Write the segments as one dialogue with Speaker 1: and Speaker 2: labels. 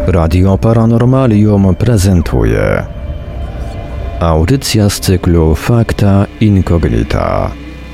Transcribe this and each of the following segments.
Speaker 1: Radio Paranormalium prezentuje audycja z cyklu Facta Incognita.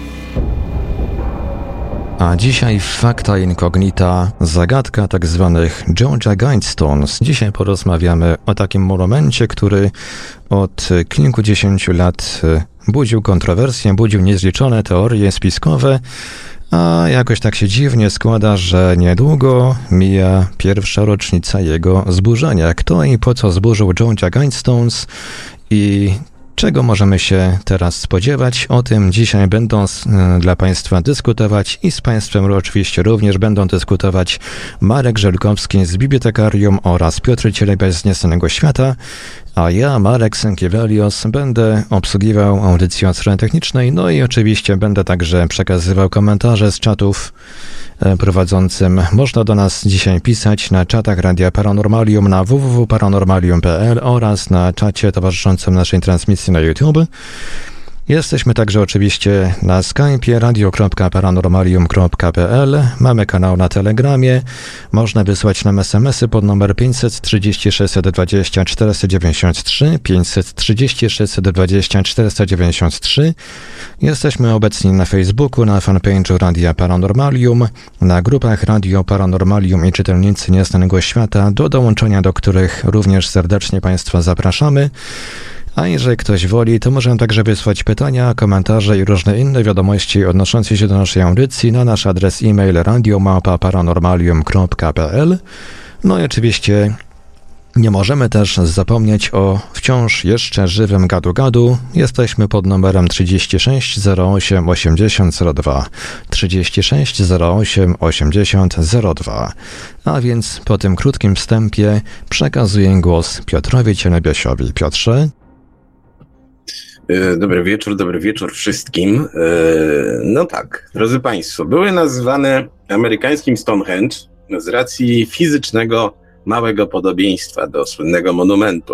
Speaker 1: A dzisiaj w Facta Incognita zagadka tak zwanych Georgia Guidestones. Dzisiaj porozmawiamy o takim monumencie, który od kilkudziesięciu lat budził kontrowersje, budził niezliczone teorie spiskowe, a jakoś tak się dziwnie składa, że niedługo mija pierwsza rocznica jego zburzenia. Kto i po co zburzył Georgia Guidestones i czego możemy się teraz spodziewać? O tym dzisiaj będą dla Państwa dyskutować i z Państwem oczywiście również będą dyskutować Marek Żelkowski z Bibliotekarium oraz Piotr Cielebiaś z Nieznanego Świata, a ja, Marek Sękiewelios, będę obsługiwał audycję od strony technicznej, no i oczywiście będę także przekazywał komentarze z czatów prowadzącym. Można do nas dzisiaj pisać na czatach Radia Paranormalium na www.paranormalium.pl oraz na czacie towarzyszącym naszej transmisji na YouTube. Jesteśmy także oczywiście na Skype'ie radio.paranormalium.pl. Mamy kanał na Telegramie. Można wysłać nam SMS-y pod numer 530 620 493, 530 620 493. Jesteśmy obecni na Facebooku, na fanpage'u Radia Paranormalium, na grupach Radio Paranormalium i Czytelnicy Nieznanego Świata, do dołączenia do których również serdecznie Państwa zapraszamy. A jeżeli ktoś woli, to możemy także wysłać pytania, komentarze i różne inne wiadomości odnoszące się do naszej audycji na nasz adres e-mail radio@paranormalium.pl. No i oczywiście nie możemy też zapomnieć o wciąż jeszcze żywym gadu-gadu. Jesteśmy pod numerem 36 08 80 02. 36 08 80 02. A więc po tym krótkim wstępie przekazuję głos Piotrowi Cielebiasiowi. Piotrze?
Speaker 2: Dobry wieczór wszystkim. No tak, drodzy Państwo, były nazywane amerykańskim Stonehenge z racji fizycznego małego podobieństwa do słynnego monumentu.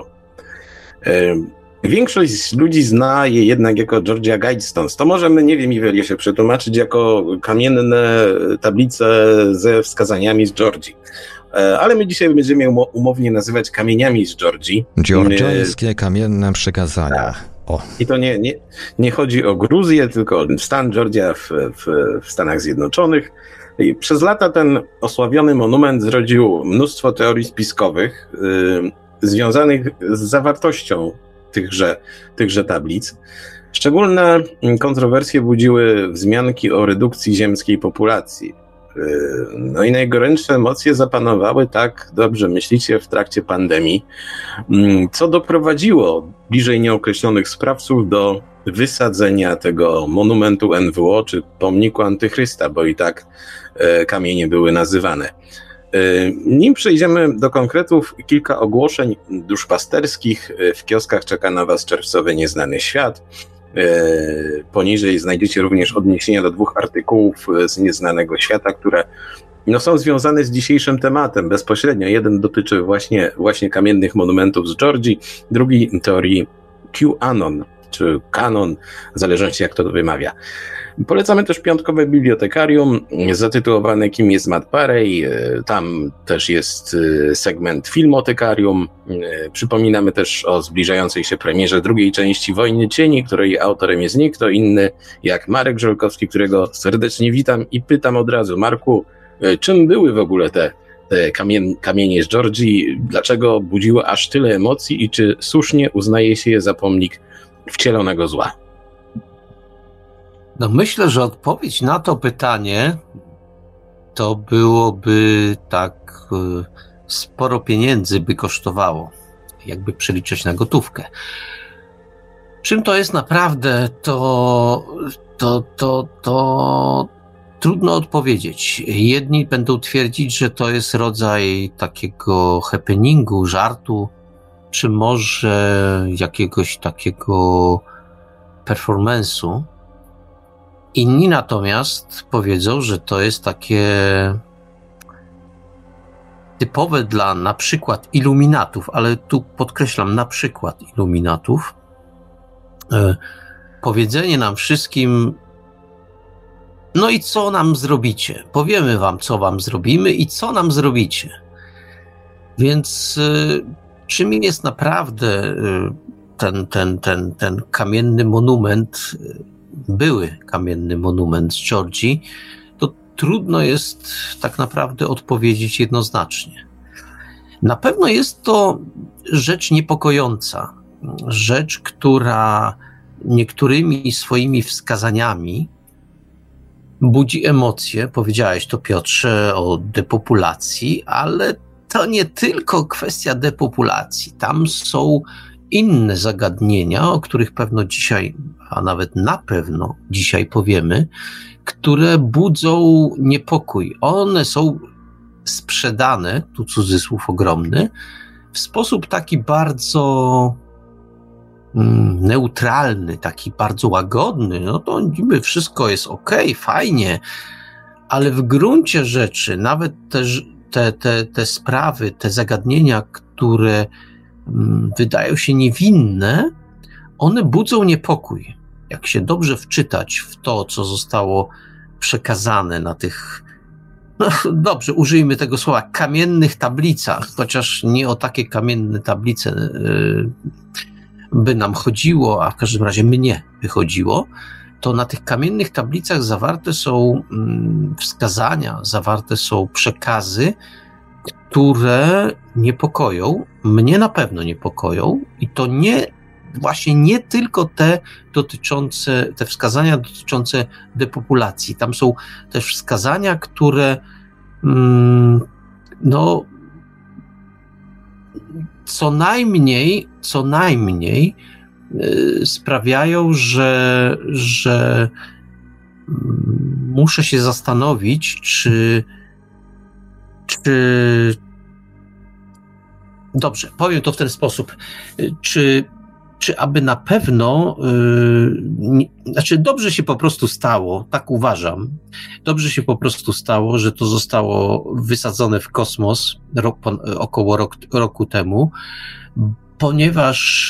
Speaker 2: Większość ludzi zna je jednak jako Georgia Guidestones. To możemy, nie wiem, Iwelie, się przetłumaczyć jako kamienne tablice ze wskazaniami z Georgii. Ale my dzisiaj będziemy umownie nazywać kamieniami z Georgii.
Speaker 1: Georgiańskie kamienne przykazania. O.
Speaker 2: I to nie chodzi o Gruzję, tylko o stan Georgia w Stanach Zjednoczonych. I przez lata ten osławiony monument zrodził mnóstwo teorii spiskowych związanych z zawartością tychże tablic. Szczególne kontrowersje budziły wzmianki o redukcji ziemskiej populacji. No i najgorętsze emocje zapanowały, tak dobrze myślicie, w trakcie pandemii, co doprowadziło bliżej nieokreślonych sprawców do wysadzenia tego monumentu NWO, czy pomniku Antychrysta, bo i tak kamienie były nazywane. Nim przejdziemy do konkretów, kilka ogłoszeń duszpasterskich. W kioskach czeka na Was czerwcowy Nieznany Świat. Poniżej znajdziecie również odniesienia do 2 artykułów z Nieznanego Świata, które są związane z dzisiejszym tematem bezpośrednio. Jeden dotyczy właśnie kamiennych monumentów z Georgii, drugi teorii QAnon, czy Canon, w zależności jak to wymawia. Polecamy też piątkowe Bibliotekarium zatytułowane Kim jest Matt Parey. Tam też jest segment Filmotekarium. Przypominamy też o zbliżającej się premierze drugiej części Wojny Cieni, której autorem jest nie kto inny jak Marek Żelkowski, którego serdecznie witam i pytam od razu: Marku, czym były w ogóle te kamienie z Georgii? Dlaczego budziły aż tyle emocji i czy słusznie uznaje się je za pomnik wcielonego zła?
Speaker 3: No myślę, że odpowiedź na to pytanie to byłoby tak sporo pieniędzy by kosztowało, jakby przeliczyć na gotówkę. Czym to jest naprawdę, to trudno odpowiedzieć. Jedni będą twierdzić, że to jest rodzaj takiego happeningu, żartu, czy może jakiegoś takiego performance'u. Inni natomiast powiedzą, że to jest takie typowe dla na przykład iluminatów, ale tu podkreślam na przykład iluminatów, powiedzenie nam wszystkim: no i co nam zrobicie? Powiemy wam, co wam zrobimy i co nam zrobicie. Więc czym jest naprawdę ten kamienny monument, były kamienny monument z Georgii, to trudno jest tak naprawdę odpowiedzieć jednoznacznie. Na pewno jest to rzecz niepokojąca, rzecz, która niektórymi swoimi wskazaniami budzi emocje. Powiedziałeś to, Piotrze, o depopulacji, ale to nie tylko kwestia depopulacji. Tam są inne zagadnienia, o których pewno dzisiaj, a nawet na pewno dzisiaj powiemy, które budzą niepokój. One są sprzedane, tu cudzysłów ogromny, w sposób taki bardzo neutralny, taki bardzo łagodny. No to niby wszystko jest okej, fajnie, ale w gruncie rzeczy nawet te sprawy, te zagadnienia, które wydają się niewinne, one budzą niepokój. Jak się dobrze wczytać w to, co zostało przekazane na tych, no dobrze, użyjmy tego słowa, kamiennych tablicach, chociaż nie o takie kamienne tablice by nam chodziło, a w każdym razie mnie by chodziło, to na tych kamiennych tablicach zawarte są wskazania, zawarte są przekazy, które niepokoją, mnie na pewno niepokoją, i to nie tylko te wskazania dotyczące depopulacji. Tam są też wskazania, które co najmniej sprawiają, że muszę się zastanowić, czy dobrze, powiem to w ten sposób, czy aby na pewno, dobrze się po prostu stało, tak uważam, dobrze się po prostu stało, że to zostało wysadzone w kosmos około roku temu, ponieważ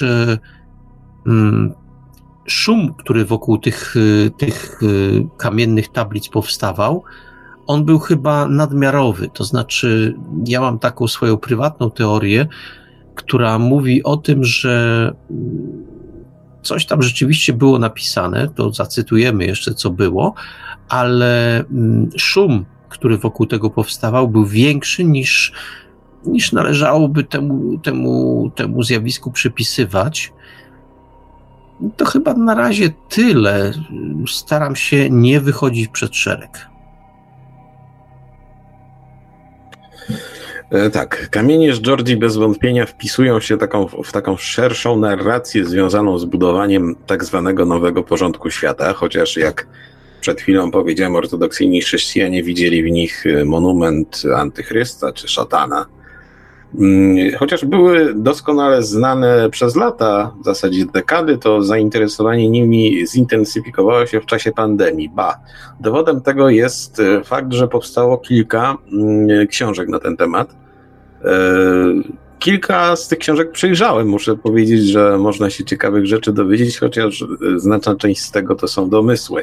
Speaker 3: szum, który wokół tych kamiennych tablic powstawał, on był chyba nadmiarowy. To znaczy, ja mam taką swoją prywatną teorię, która mówi o tym, że coś tam rzeczywiście było napisane, to zacytujemy jeszcze, co było, ale szum, który wokół tego powstawał, był większy niż należałoby temu zjawisku przypisywać. To chyba na razie tyle. Staram się nie wychodzić przed szereg.
Speaker 2: Tak, kamienie z Georgii bez wątpienia wpisują się w taką szerszą narrację związaną z budowaniem tak zwanego nowego porządku świata, chociaż jak przed chwilą powiedziałem, ortodoksyjni chrześcijanie widzieli w nich monument antychrysta czy szatana. Chociaż były doskonale znane przez lata, w zasadzie dekady, to zainteresowanie nimi zintensyfikowało się w czasie pandemii. Dowodem tego jest fakt, że powstało kilka książek na ten temat. Kilka z tych książek przejrzałem. Muszę powiedzieć, że można się ciekawych rzeczy dowiedzieć, chociaż znaczna część z tego to są domysły.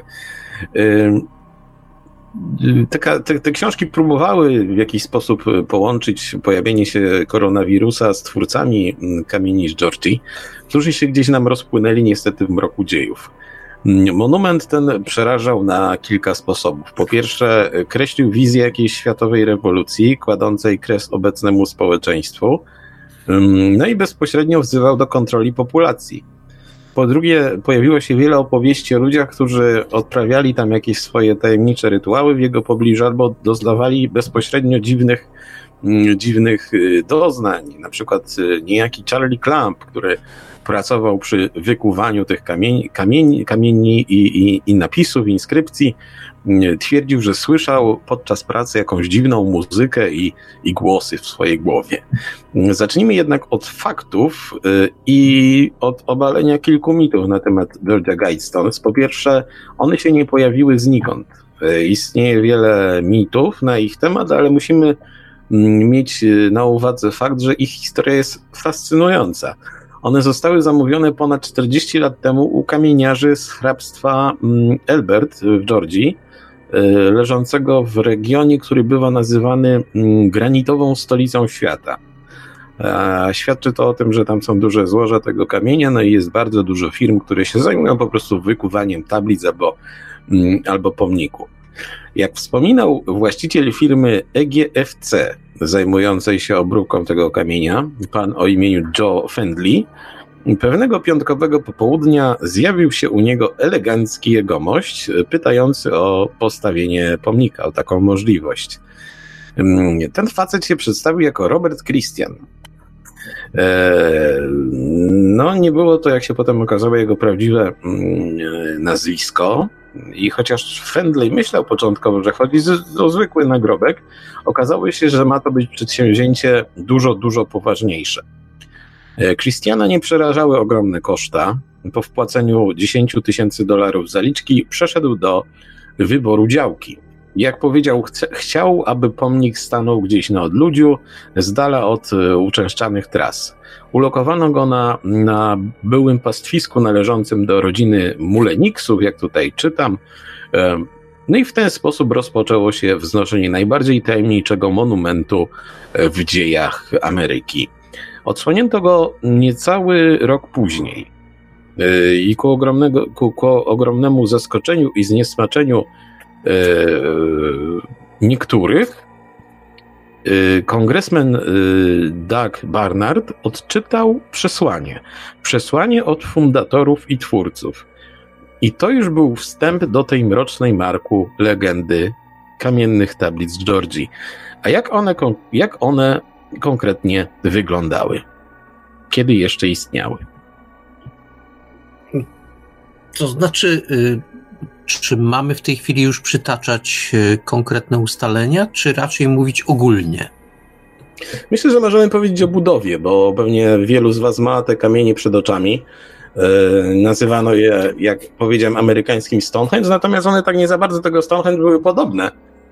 Speaker 2: Te książki próbowały w jakiś sposób połączyć pojawienie się koronawirusa z twórcami kamieni z Georgii, którzy się gdzieś nam rozpłynęli niestety w mroku dziejów. Monument ten przerażał na kilka sposobów. Po pierwsze, kreślił wizję jakiejś światowej rewolucji, kładącej kres obecnemu społeczeństwu, no i bezpośrednio wzywał do kontroli populacji. Po drugie, pojawiło się wiele opowieści o ludziach, którzy odprawiali tam jakieś swoje tajemnicze rytuały w jego pobliżu albo doznawali bezpośrednio dziwnych doznań. Na przykład niejaki Charlie Clamp, który pracował przy wykuwaniu tych kamieni i napisów, inskrypcji, twierdził, że słyszał podczas pracy jakąś dziwną muzykę i głosy w swojej głowie. Zacznijmy jednak od faktów i od obalenia kilku mitów na temat Georgia Guidestones. Po pierwsze, one się nie pojawiły znikąd. Istnieje wiele mitów na ich temat, ale musimy mieć na uwadze fakt, że ich historia jest fascynująca. One zostały zamówione ponad 40 lat temu u kamieniarzy z hrabstwa Elbert w Georgii, leżącego w regionie, który bywa nazywany granitową stolicą świata. Świadczy to o tym, że tam są duże złoża tego kamienia, no i jest bardzo dużo firm, które się zajmują po prostu wykuwaniem tablic albo pomników. Jak wspominał właściciel firmy EGFC zajmującej się obróbką tego kamienia, pan o imieniu Joe Fendley, pewnego piątkowego popołudnia zjawił się u niego elegancki jegomość, pytający o postawienie pomnika, o taką możliwość. Ten facet się przedstawił jako Robert Christian. No, nie było to, jak się potem okazało, jego prawdziwe nazwisko. I chociaż Fendley myślał początkowo, że chodzi o zwykły nagrobek, okazało się, że ma to być przedsięwzięcie dużo, dużo poważniejsze. Christiana nie przerażały ogromne koszta. Po wpłaceniu $10,000 zaliczki przeszedł do wyboru działki. Jak powiedział, chciał, aby pomnik stanął gdzieś na odludziu, z dala od uczęszczanych tras. Ulokowano go na byłym pastwisku należącym do rodziny Muleniksów, jak tutaj czytam. No i w ten sposób rozpoczęło się wznoszenie najbardziej tajemniczego monumentu w dziejach Ameryki. Odsłonięto go niecały rok później i ku ogromnemu zaskoczeniu i zniesmaczeniu niektórych kongresmen Doug Barnard odczytał przesłanie od fundatorów i twórców. I to już był wstęp do tej mrocznej marku legendy kamiennych tablic Georgii. A jak one konkretnie wyglądały? Kiedy jeszcze istniały?
Speaker 3: To znaczy, czy mamy w tej chwili już przytaczać konkretne ustalenia, czy raczej mówić ogólnie?
Speaker 2: Myślę, że możemy powiedzieć o budowie, bo pewnie wielu z was ma te kamienie przed oczami. Nazywano je, jak powiedziałem, amerykańskim Stonehenge, natomiast one tak nie za bardzo tego Stonehenge były podobne.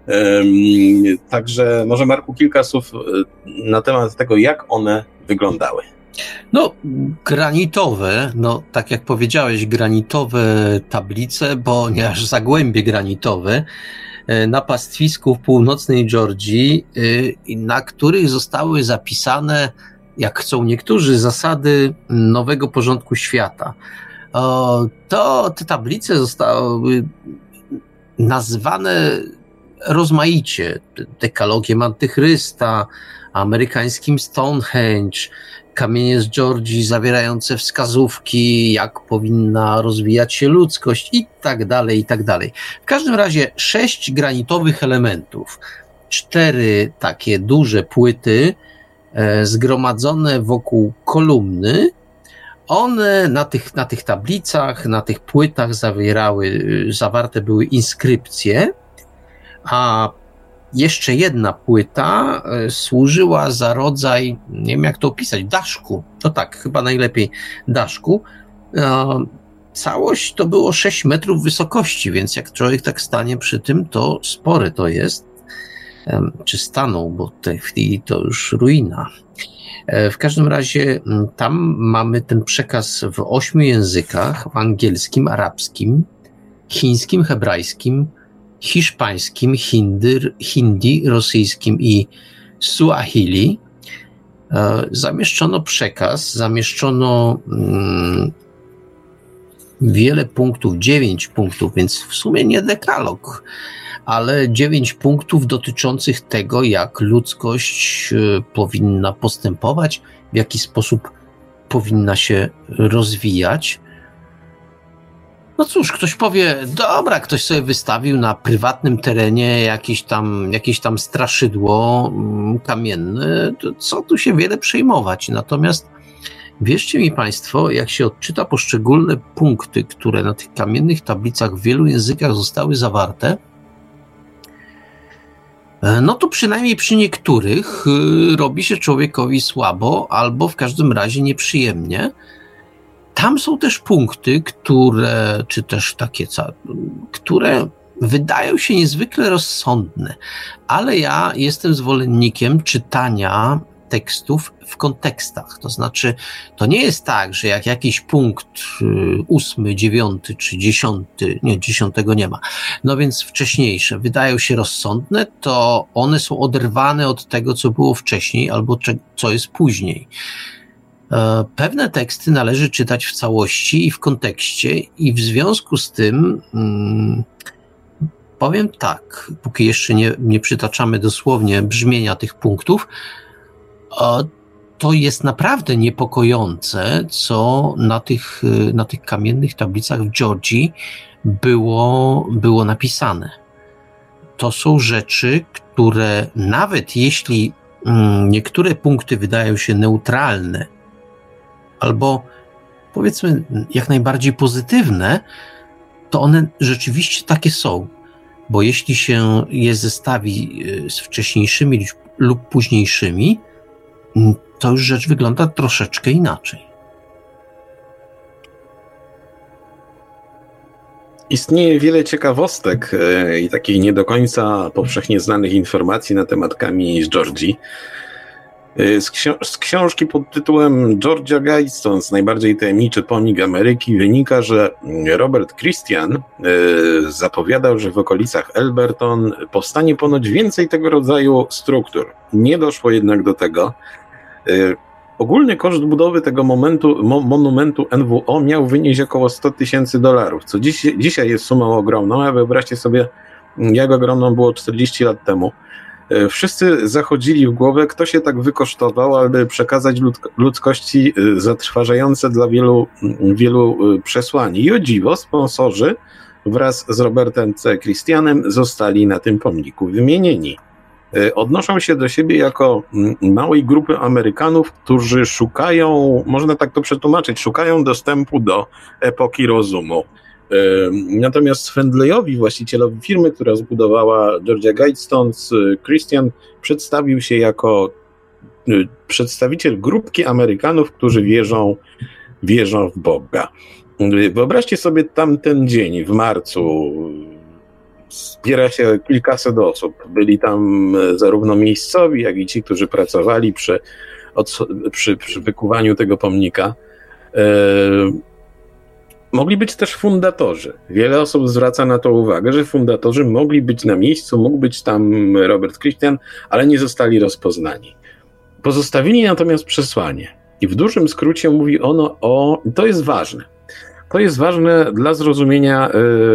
Speaker 2: Także może, Marku, kilka słów na temat tego, jak one wyglądały.
Speaker 3: No, granitowe, no tak jak powiedziałeś, granitowe tablice, ponieważ zagłębie granitowe na pastwisku w północnej Georgii, na których zostały zapisane, jak chcą niektórzy, zasady nowego porządku świata. To te tablice zostały nazwane rozmaicie, dekalogiem Antychrysta, amerykańskim Stonehenge, kamienie z Georgii zawierające wskazówki, jak powinna rozwijać się ludzkość i tak dalej, i tak dalej. W każdym razie 6 granitowych elementów, 4 takie duże płyty zgromadzone wokół kolumny. One na tych tablicach, na tych płytach zawarte były inskrypcje, a jeszcze jedna płyta służyła za rodzaj, nie wiem jak to opisać, daszku. To tak, chyba najlepiej daszku. Całość to było 6 metrów wysokości, więc jak człowiek tak stanie przy tym, to spore to jest. Czy stanął, bo w tej chwili to już ruina. W każdym razie tam mamy ten przekaz w 8 językach, w angielskim, arabskim, chińskim, hebrajskim, hiszpańskim, hindi, rosyjskim i suahili. Zamieszczono przekaz, zamieszczono wiele punktów, 9 punktów, więc w sumie nie dekalog, ale 9 punktów dotyczących tego, jak ludzkość powinna postępować, w jaki sposób powinna się rozwijać. No cóż, ktoś powie, dobra, ktoś sobie wystawił na prywatnym terenie jakieś tam straszydło kamienne, to co tu się wiele przejmować. Natomiast wierzcie mi Państwo, jak się odczyta poszczególne punkty, które na tych kamiennych tablicach w wielu językach zostały zawarte, no to przynajmniej przy niektórych robi się człowiekowi słabo, albo w każdym razie nieprzyjemnie. Tam są też punkty, które wydają się niezwykle rozsądne, ale ja jestem zwolennikiem czytania tekstów w kontekstach. To znaczy, to nie jest tak, że jak jakiś punkt 8, 9 czy 10, nie, 10 nie ma, no więc wcześniejsze wydają się rozsądne, to one są oderwane od tego, co było wcześniej albo co jest później. Pewne teksty należy czytać w całości i w kontekście i w związku z tym powiem tak, póki jeszcze nie przytaczamy dosłownie brzmienia tych punktów, to jest naprawdę niepokojące, co na tych kamiennych tablicach w Georgii było napisane. To są rzeczy, które nawet jeśli niektóre punkty wydają się neutralne, albo powiedzmy jak najbardziej pozytywne, to one rzeczywiście takie są. Bo jeśli się je zestawi z wcześniejszymi lub późniejszymi, to już rzecz wygląda troszeczkę inaczej.
Speaker 2: Istnieje wiele ciekawostek i takich nie do końca powszechnie znanych informacji na temat kamieni z Georgii. Z książki pod tytułem Georgia Guidestones, najbardziej tajemniczy pomnik Ameryki, wynika, że Robert Christian zapowiadał, że w okolicach Elberton powstanie ponoć więcej tego rodzaju struktur. Nie doszło jednak do tego. Ogólny koszt budowy tego monumentu NWO miał wynieść około $100,000, co dzisiaj jest sumą ogromną, a wyobraźcie sobie, jak ogromną było 40 lat temu. Wszyscy zachodzili w głowę, kto się tak wykosztował, aby przekazać ludzkości zatrważające dla wielu przesłanie. I o dziwo, sponsorzy wraz z Robertem C. Christianem zostali na tym pomniku wymienieni. Odnoszą się do siebie jako małej grupy Amerykanów, którzy szukają, można tak to przetłumaczyć, szukają dostępu do epoki rozumu. Natomiast Fendleyowi, właścicielowi firmy, która zbudowała Georgia Guidestones, Christian przedstawił się jako przedstawiciel grupki Amerykanów, którzy wierzą w Boga. Wyobraźcie sobie tamten dzień w marcu. Zbiera się kilkaset osób. Byli tam zarówno miejscowi, jak i ci, którzy pracowali przy wykuwaniu tego pomnika. Mogli być też fundatorzy. Wiele osób zwraca na to uwagę, że fundatorzy mogli być na miejscu, mógł być tam Robert Christian, ale nie zostali rozpoznani. Pozostawili natomiast przesłanie. I w dużym skrócie mówi ono to jest ważne. To jest ważne dla zrozumienia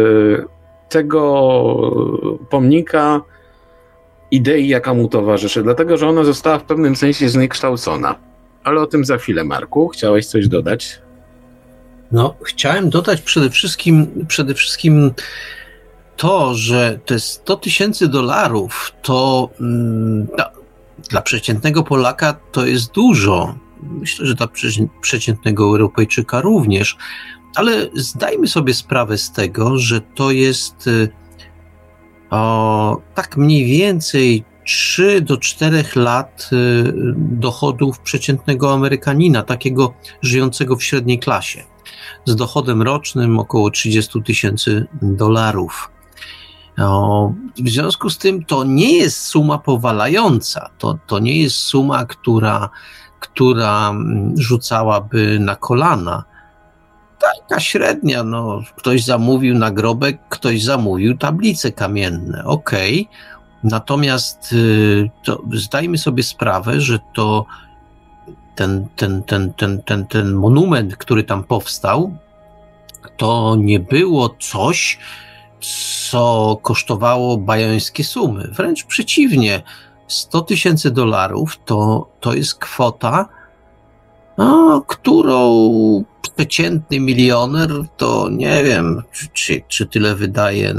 Speaker 2: tego pomnika, idei, jaka mu towarzyszy, dlatego że ona została w pewnym sensie zniekształcona. Ale o tym za chwilę, Marku. Chciałeś coś dodać?
Speaker 3: No, chciałem dodać przede wszystkim to, że te $100,000 to dla przeciętnego Polaka to jest dużo. Myślę, że dla przeciętnego Europejczyka również, ale zdajmy sobie sprawę z tego, że to jest tak mniej więcej 3 do 4 lat dochodów przeciętnego Amerykanina, takiego żyjącego w średniej klasie, z dochodem rocznym około $30,000. W związku z tym to nie jest suma powalająca, to nie jest suma, która rzucałaby na kolana. Taka średnia, no, ktoś zamówił nagrobek, ktoś zamówił tablice kamienne, okej. Natomiast to zdajmy sobie sprawę, że to ten monument, który tam powstał, to nie było coś, co kosztowało bajońskie sumy. Wręcz przeciwnie, $100,000 to jest kwota, którą przeciętny milioner to nie wiem, czy tyle wydaje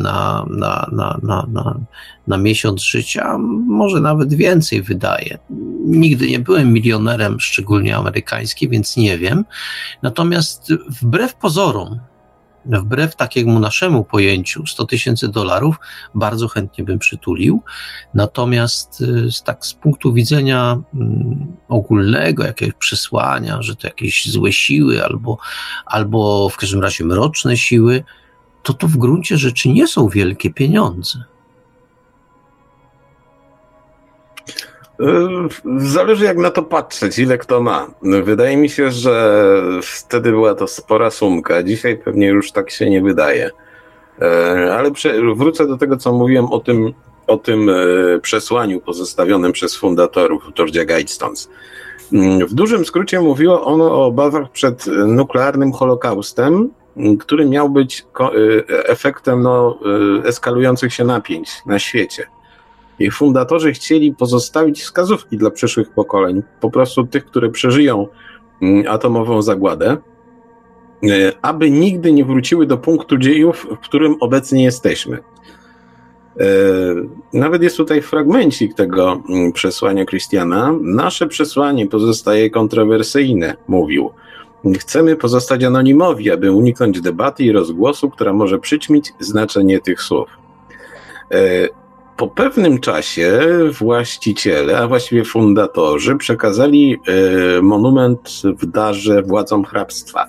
Speaker 3: na miesiąc życia, może nawet więcej wydaje. Nigdy nie byłem milionerem, szczególnie amerykańskim, więc nie wiem. Natomiast wbrew pozorom, wbrew takiemu naszemu pojęciu $100,000 bardzo chętnie bym przytulił. Natomiast z punktu widzenia ogólnego jakiegoś przesłania, że to jakieś złe siły albo w każdym razie mroczne siły, to w gruncie rzeczy nie są wielkie pieniądze.
Speaker 2: Zależy jak na to patrzeć, ile kto ma. Wydaje mi się, że wtedy była to spora sumka. Dzisiaj pewnie już tak się nie wydaje. Ale wrócę do tego, co mówiłem o tym przesłaniu pozostawionym przez fundatorów Georgia Guidestones. W dużym skrócie mówiło ono o obawach przed nuklearnym holokaustem, który miał być efektem eskalujących się napięć na świecie. Ich fundatorzy chcieli pozostawić wskazówki dla przyszłych pokoleń, po prostu tych, które przeżyją atomową zagładę, aby nigdy nie wróciły do punktu dziejów, w którym obecnie jesteśmy. Nawet jest tutaj fragmencik tego przesłania Christiana. Nasze przesłanie pozostaje kontrowersyjne, mówił. Chcemy pozostać anonimowi, aby uniknąć debaty i rozgłosu, która może przyćmić znaczenie tych słów. Po pewnym czasie właściciele, a właściwie fundatorzy, przekazali monument w darze władzom hrabstwa.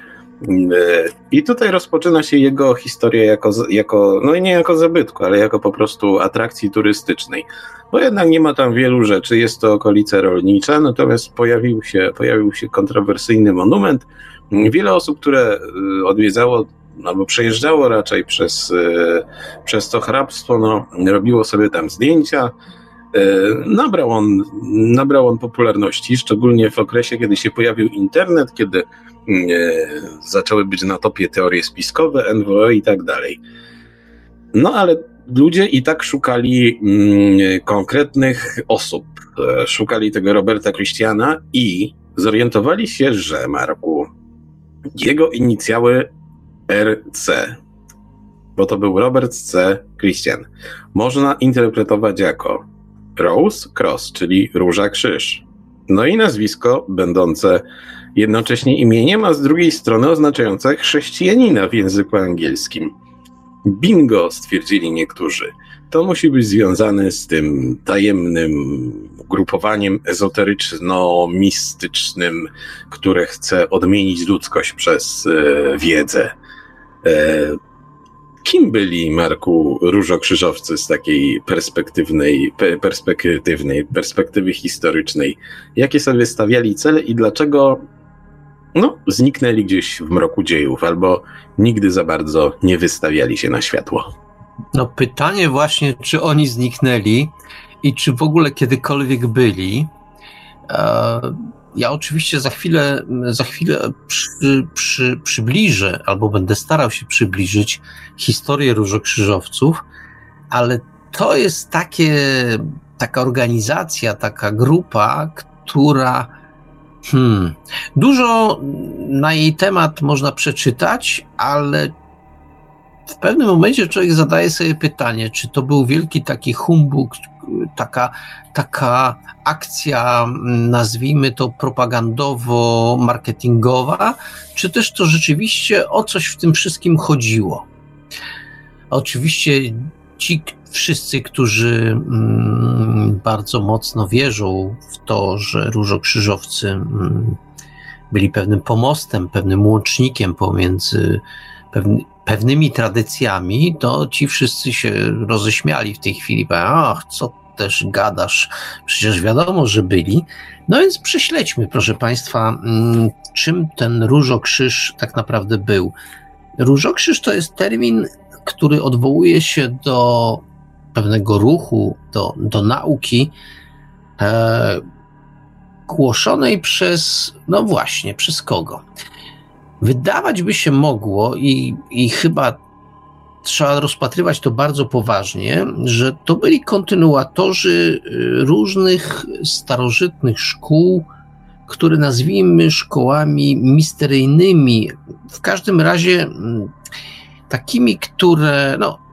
Speaker 2: I tutaj rozpoczyna się jego historia jako no nie jako zabytku, ale jako po prostu atrakcji turystycznej. Bo jednak nie ma tam wielu rzeczy, jest to okolica rolnicza, natomiast pojawił się kontrowersyjny monument. Wiele osób, które odwiedzało albo przejeżdżało raczej przez to hrabstwo, robiło sobie tam zdjęcia. Nabrał on popularności, szczególnie w okresie, kiedy się pojawił internet, kiedy zaczęły być na topie teorie spiskowe, NWO i tak dalej. No ale ludzie i tak szukali konkretnych osób. Szukali tego Roberta Christiana i zorientowali się, że Marku, jego inicjały RC, bo to był Robert C. Christian, można interpretować jako Rose Cross, czyli Róża Krzyż. No i nazwisko będące jednocześnie imieniem, a z drugiej strony oznaczające chrześcijanina w języku angielskim. Bingo, stwierdzili niektórzy. To musi być związane z tym tajemnym ugrupowaniem ezoteryczno-mistycznym, które chce odmienić ludzkość przez wiedzę. Kim byli, Marku, różokrzyżowcy z takiej perspektywy historycznej? Jakie sobie stawiali cele i dlaczego zniknęli gdzieś w mroku dziejów albo nigdy za bardzo nie wystawiali się na światło?
Speaker 3: No pytanie właśnie, czy oni zniknęli i czy w ogóle kiedykolwiek byli. Ja oczywiście za chwilę przybliżę, albo będę starał się przybliżyć historię różokrzyżowców, ale to jest taka organizacja, taka grupa, która dużo na jej temat można przeczytać, ale w pewnym momencie człowiek zadaje sobie pytanie, czy to był wielki taki humbug, taka akcja, nazwijmy to propagandowo-marketingowa, czy też to rzeczywiście o coś w tym wszystkim chodziło. Oczywiście ci wszyscy, którzy bardzo mocno wierzą w to, że różokrzyżowcy byli pewnym pomostem, pewnym łącznikiem pomiędzy pewnymi tradycjami, to ci wszyscy się roześmiali w tej chwili. Ach, co też gadasz, przecież wiadomo, że byli. No więc prześledźmy, proszę Państwa, czym ten różokrzyż tak naprawdę był. Różokrzyż to jest termin, który odwołuje się do pewnego ruchu, do nauki głoszonej przez kogo? Wydawać by się mogło i chyba trzeba rozpatrywać to bardzo poważnie, że to byli kontynuatorzy różnych starożytnych szkół, które nazwijmy szkołami misteryjnymi, w każdym razie takimi, które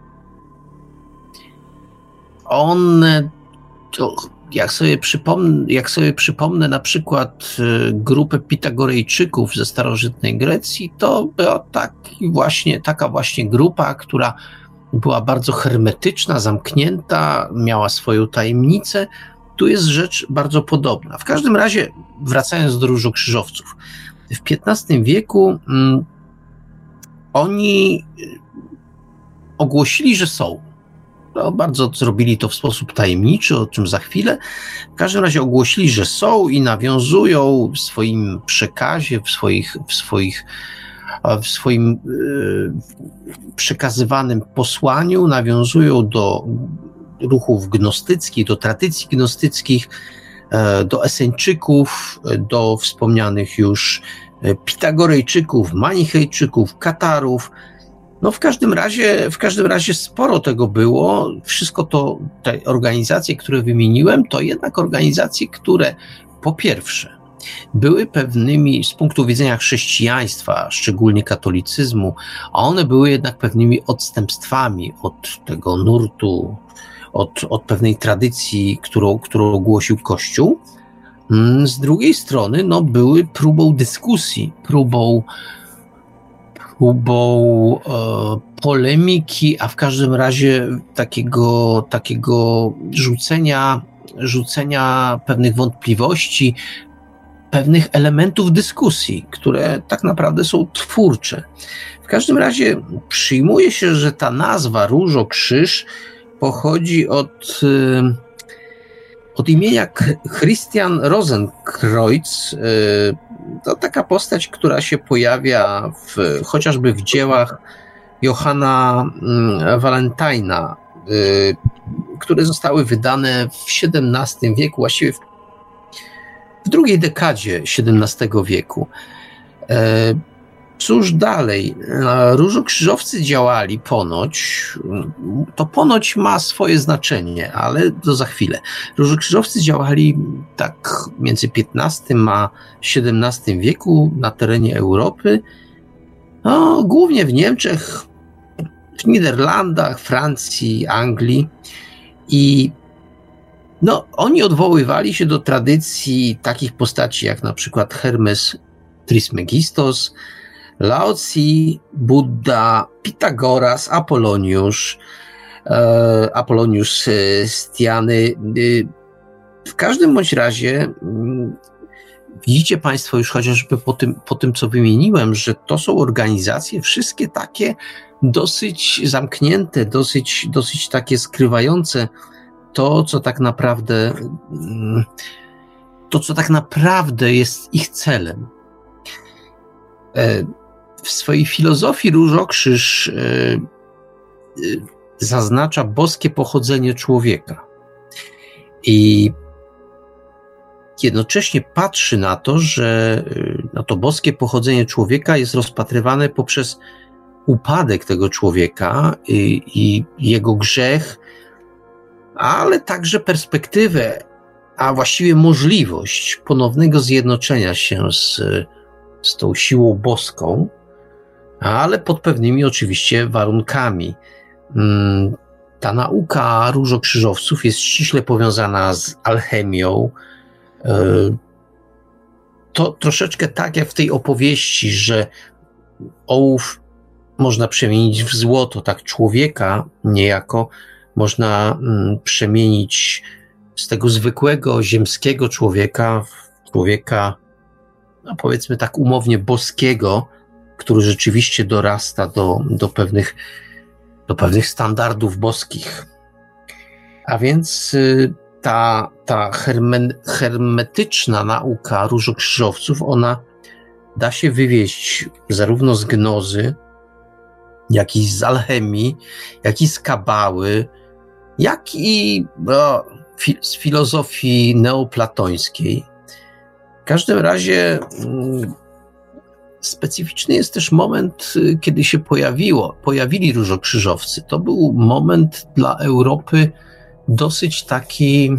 Speaker 3: one to jak sobie przypomnę na przykład grupę Pitagorejczyków ze starożytnej Grecji, to była taka właśnie grupa, która była bardzo hermetyczna, zamknięta, miała swoją tajemnicę. Tu jest rzecz bardzo podobna. W każdym razie, wracając do różokrzyżowców, w XV wieku oni ogłosili, że są. bardzo zrobili to w sposób tajemniczy, o czym za chwilę. W każdym razie ogłosili, że są i nawiązują w swoim przekazie, w swoim przekazywanym posłaniu, nawiązują do ruchów gnostyckich, do tradycji gnostyckich, do Eseńczyków, do wspomnianych już Pitagorejczyków, Manichejczyków, Katarów. No w każdym razie sporo tego było. Wszystko to, te organizacje, które wymieniłem, to jednak organizacje, które po pierwsze były pewnymi, z punktu widzenia chrześcijaństwa, szczególnie katolicyzmu, a one były jednak pewnymi odstępstwami od tego nurtu, od pewnej tradycji, którą głosił Kościół. Z drugiej strony, no, były próbą dyskusji, próbą polemiki, a w każdym razie takiego rzucenia pewnych wątpliwości, pewnych elementów dyskusji, które tak naprawdę są twórcze. W każdym razie przyjmuje się, że ta nazwa Różokrzyż pochodzi od imienia Christian Rosenkreuz. To taka postać, która się pojawia chociażby w dziełach Johanna Valentina, które zostały wydane w XVII wieku, właściwie w drugiej dekadzie XVII wieku. Cóż dalej? Różokrzyżowcy działali ponoć ma swoje znaczenie, ale to za chwilę. Różokrzyżowcy działali tak między XV a XVII wieku na terenie Europy, no, głównie w Niemczech, w Niderlandach, Francji, Anglii i no, oni odwoływali się do tradycji takich postaci jak na przykład Hermes Trismegistos, Lao Tzu, Buddha, Pitagoras, Apollonius Stiany. W każdym bądź razie widzicie Państwo już chociażby po tym, co wymieniłem, że to są organizacje wszystkie takie dosyć zamknięte, dosyć takie skrywające to, co tak naprawdę jest ich celem. W swojej filozofii Różokrzyż zaznacza boskie pochodzenie człowieka i jednocześnie patrzy na to, że to boskie pochodzenie człowieka jest rozpatrywane poprzez upadek tego człowieka i jego grzech, ale także perspektywę, a właściwie możliwość ponownego zjednoczenia się z tą siłą boską, ale pod pewnymi oczywiście warunkami. Ta nauka różokrzyżowców jest ściśle powiązana z alchemią. To troszeczkę tak jak w tej opowieści, że ołów można przemienić w złoto, tak człowieka niejako można przemienić z tego zwykłego, ziemskiego człowieka w człowieka, no powiedzmy tak umownie, boskiego, który rzeczywiście dorasta do pewnych standardów boskich. A więc ta hermetyczna nauka różokrzyżowców, ona da się wywieźć zarówno z gnozy, jak i z alchemii, jak i z kabały, jak i z filozofii neoplatońskiej. W każdym razie specyficzny jest też moment, kiedy się pojawili różokrzyżowcy. To był moment dla Europy dosyć taki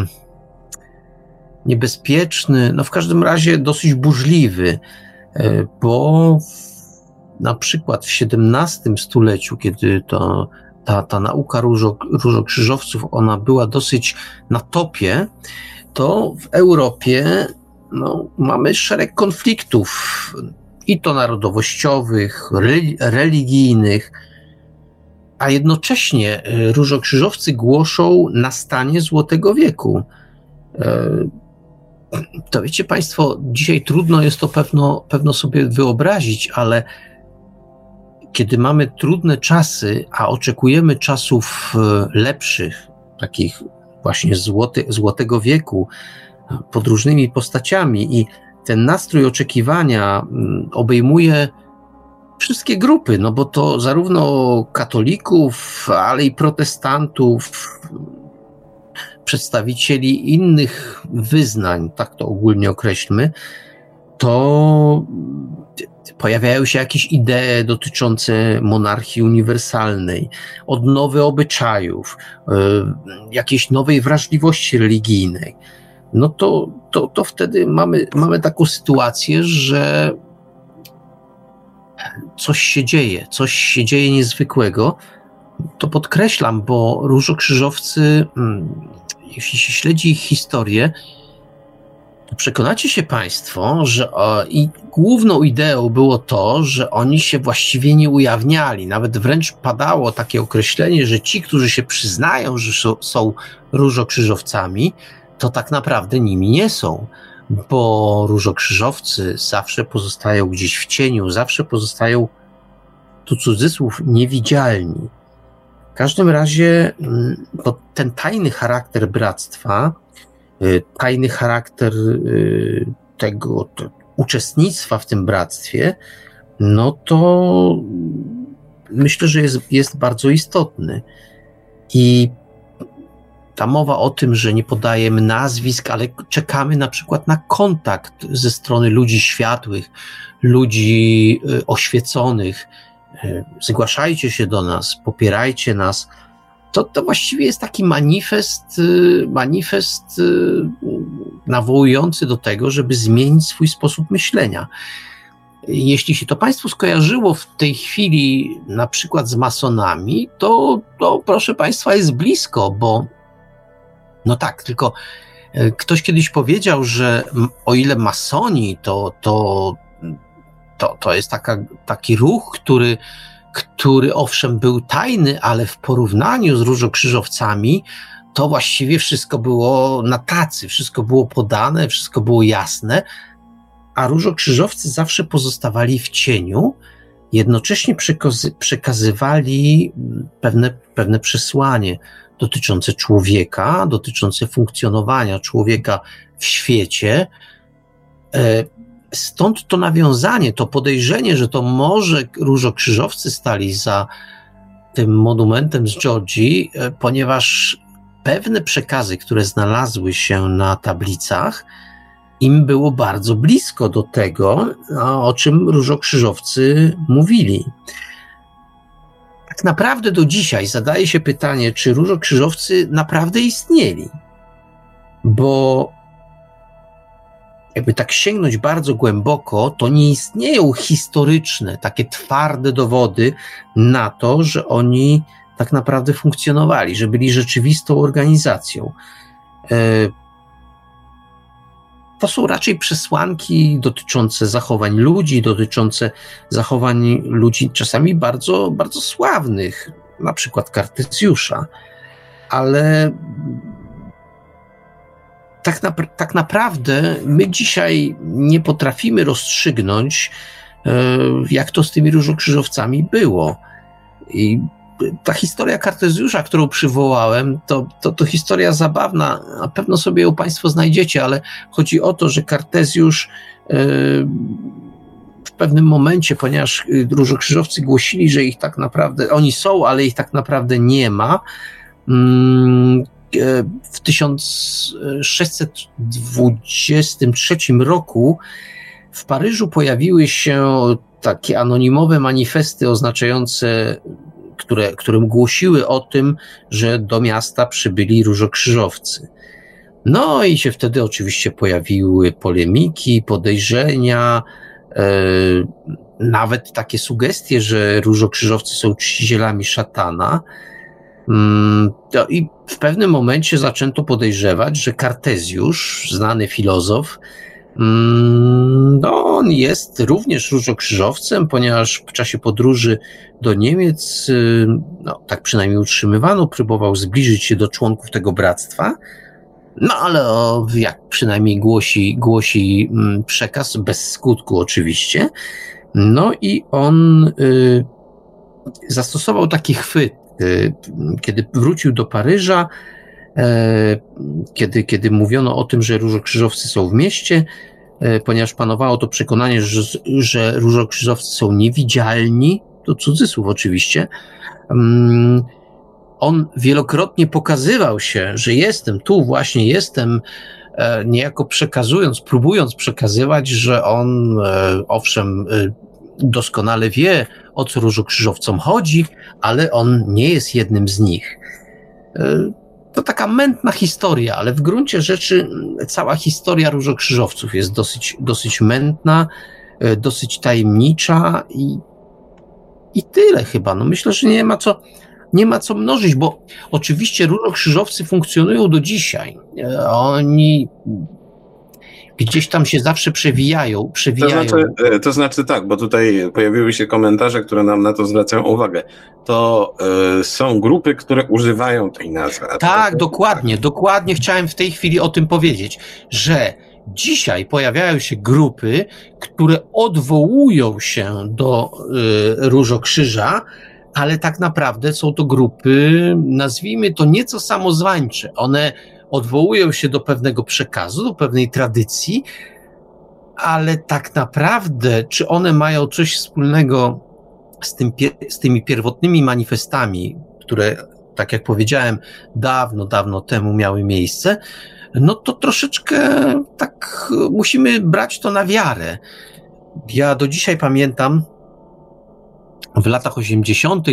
Speaker 3: niebezpieczny, no w każdym razie dosyć burzliwy, bo na przykład w XVII stuleciu, kiedy ta nauka różokrzyżowców, ona była dosyć na topie, to w Europie mamy szereg konfliktów, i to narodowościowych, religijnych, a jednocześnie różokrzyżowcy głoszą nastanie Złotego Wieku. To wiecie Państwo, dzisiaj trudno jest to pewno sobie wyobrazić, ale kiedy mamy trudne czasy, a oczekujemy czasów lepszych, takich właśnie złotego wieku, pod różnymi postaciami, i ten nastrój oczekiwania obejmuje wszystkie grupy, no bo to zarówno katolików, ale i protestantów, przedstawicieli innych wyznań, tak to ogólnie określmy, to pojawiają się jakieś idee dotyczące monarchii uniwersalnej, odnowy obyczajów, jakiejś nowej wrażliwości religijnej. No to wtedy mamy taką sytuację, że coś się dzieje niezwykłego. To podkreślam, bo różokrzyżowcy, jeśli się śledzi ich historię, to przekonacie się państwo, że i główną ideą było to, że oni się właściwie nie ujawniali. Nawet wręcz padało takie określenie, że ci, którzy się przyznają, że są różokrzyżowcami, to tak naprawdę nimi nie są, bo różokrzyżowcy zawsze pozostają gdzieś w cieniu, zawsze pozostają, tu cudzysłów, niewidzialni. W każdym razie ten tajny charakter bractwa, tajny charakter tego uczestnictwa w tym bractwie, no to myślę, że jest bardzo istotny. I ta mowa o tym, że nie podajemy nazwisk, ale czekamy na przykład na kontakt ze strony ludzi światłych, ludzi oświeconych, zgłaszajcie się do nas, popierajcie nas, to właściwie jest taki manifest nawołujący do tego, żeby zmienić swój sposób myślenia. Jeśli się to państwu skojarzyło w tej chwili na przykład z masonami, to proszę państwa, jest blisko, bo no tak, tylko ktoś kiedyś powiedział, że o ile masoni to jest taki ruch, który owszem był tajny, ale w porównaniu z różokrzyżowcami to właściwie wszystko było na tacy, wszystko było podane, wszystko było jasne, a różokrzyżowcy zawsze pozostawali w cieniu, jednocześnie przekazywali pewne przesłanie dotyczące człowieka, dotyczące funkcjonowania człowieka w świecie. Stąd to nawiązanie, to podejrzenie, że to może różokrzyżowcy stali za tym monumentem z Georgii, ponieważ pewne przekazy, które znalazły się na tablicach, im było bardzo blisko do tego, o czym różokrzyżowcy mówili. Tak naprawdę do dzisiaj zadaje się pytanie, czy różokrzyżowcy naprawdę istnieli, bo jakby tak sięgnąć bardzo głęboko, to nie istnieją historyczne, takie twarde dowody na to, że oni tak naprawdę funkcjonowali, że byli rzeczywistą organizacją. To są raczej przesłanki dotyczące zachowań ludzi, dotyczące zachowań ludzi czasami bardzo, bardzo sławnych, na przykład Kartezjusza, ale tak naprawdę my dzisiaj nie potrafimy rozstrzygnąć, jak to z tymi różokrzyżowcami było. I ta historia Kartezjusza, którą przywołałem, to historia zabawna, na pewno sobie ją państwo znajdziecie, ale chodzi o to, że Kartezjusz w pewnym momencie, ponieważ różokrzyżowcy głosili, że ich tak naprawdę, oni są, ale ich tak naprawdę nie ma, w 1623 roku w Paryżu pojawiły się takie anonimowe manifesty oznaczające, którym głosiły o tym, że do miasta przybyli różokrzyżowcy. No i się wtedy oczywiście pojawiły polemiki, podejrzenia, nawet takie sugestie, że różokrzyżowcy są czcicielami szatana. I w pewnym momencie zaczęto podejrzewać, że Kartezjusz, znany filozof, on jest również różokrzyżowcem, ponieważ w czasie podróży do Niemiec, tak przynajmniej utrzymywano, próbował zbliżyć się do członków tego bractwa, ale jak przynajmniej głosi przekaz, bez skutku oczywiście. No i on zastosował taki chwyt, kiedy wrócił do Paryża, kiedy mówiono o tym, że różokrzyżowcy są w mieście, ponieważ panowało to przekonanie, że różokrzyżowcy są niewidzialni, to cudzysłów oczywiście, on wielokrotnie pokazywał się, że jestem tu, właśnie jestem, niejako próbując przekazywać, że on owszem doskonale wie, o co różokrzyżowcom chodzi, ale on nie jest jednym z nich. To taka mętna historia, ale w gruncie rzeczy cała historia różokrzyżowców jest dosyć mętna, dosyć tajemnicza i tyle chyba. No myślę, że nie ma co mnożyć, bo oczywiście różokrzyżowcy funkcjonują do dzisiaj. Oni gdzieś tam się zawsze przewijają.
Speaker 2: To znaczy tak, bo tutaj pojawiły się komentarze, które nam na to zwracają uwagę. To są grupy, które używają tej nazwy.
Speaker 3: Tak, dokładnie chciałem w tej chwili o tym powiedzieć, że dzisiaj pojawiają się grupy, które odwołują się do Różokrzyża, ale tak naprawdę są to grupy, nazwijmy to nieco samozwańcze. One odwołują się do pewnego przekazu, do pewnej tradycji, ale tak naprawdę, czy one mają coś wspólnego z tymi pierwotnymi manifestami, które, tak jak powiedziałem, dawno temu miały miejsce, no to troszeczkę tak musimy brać to na wiarę. Ja do dzisiaj pamiętam, w latach 80.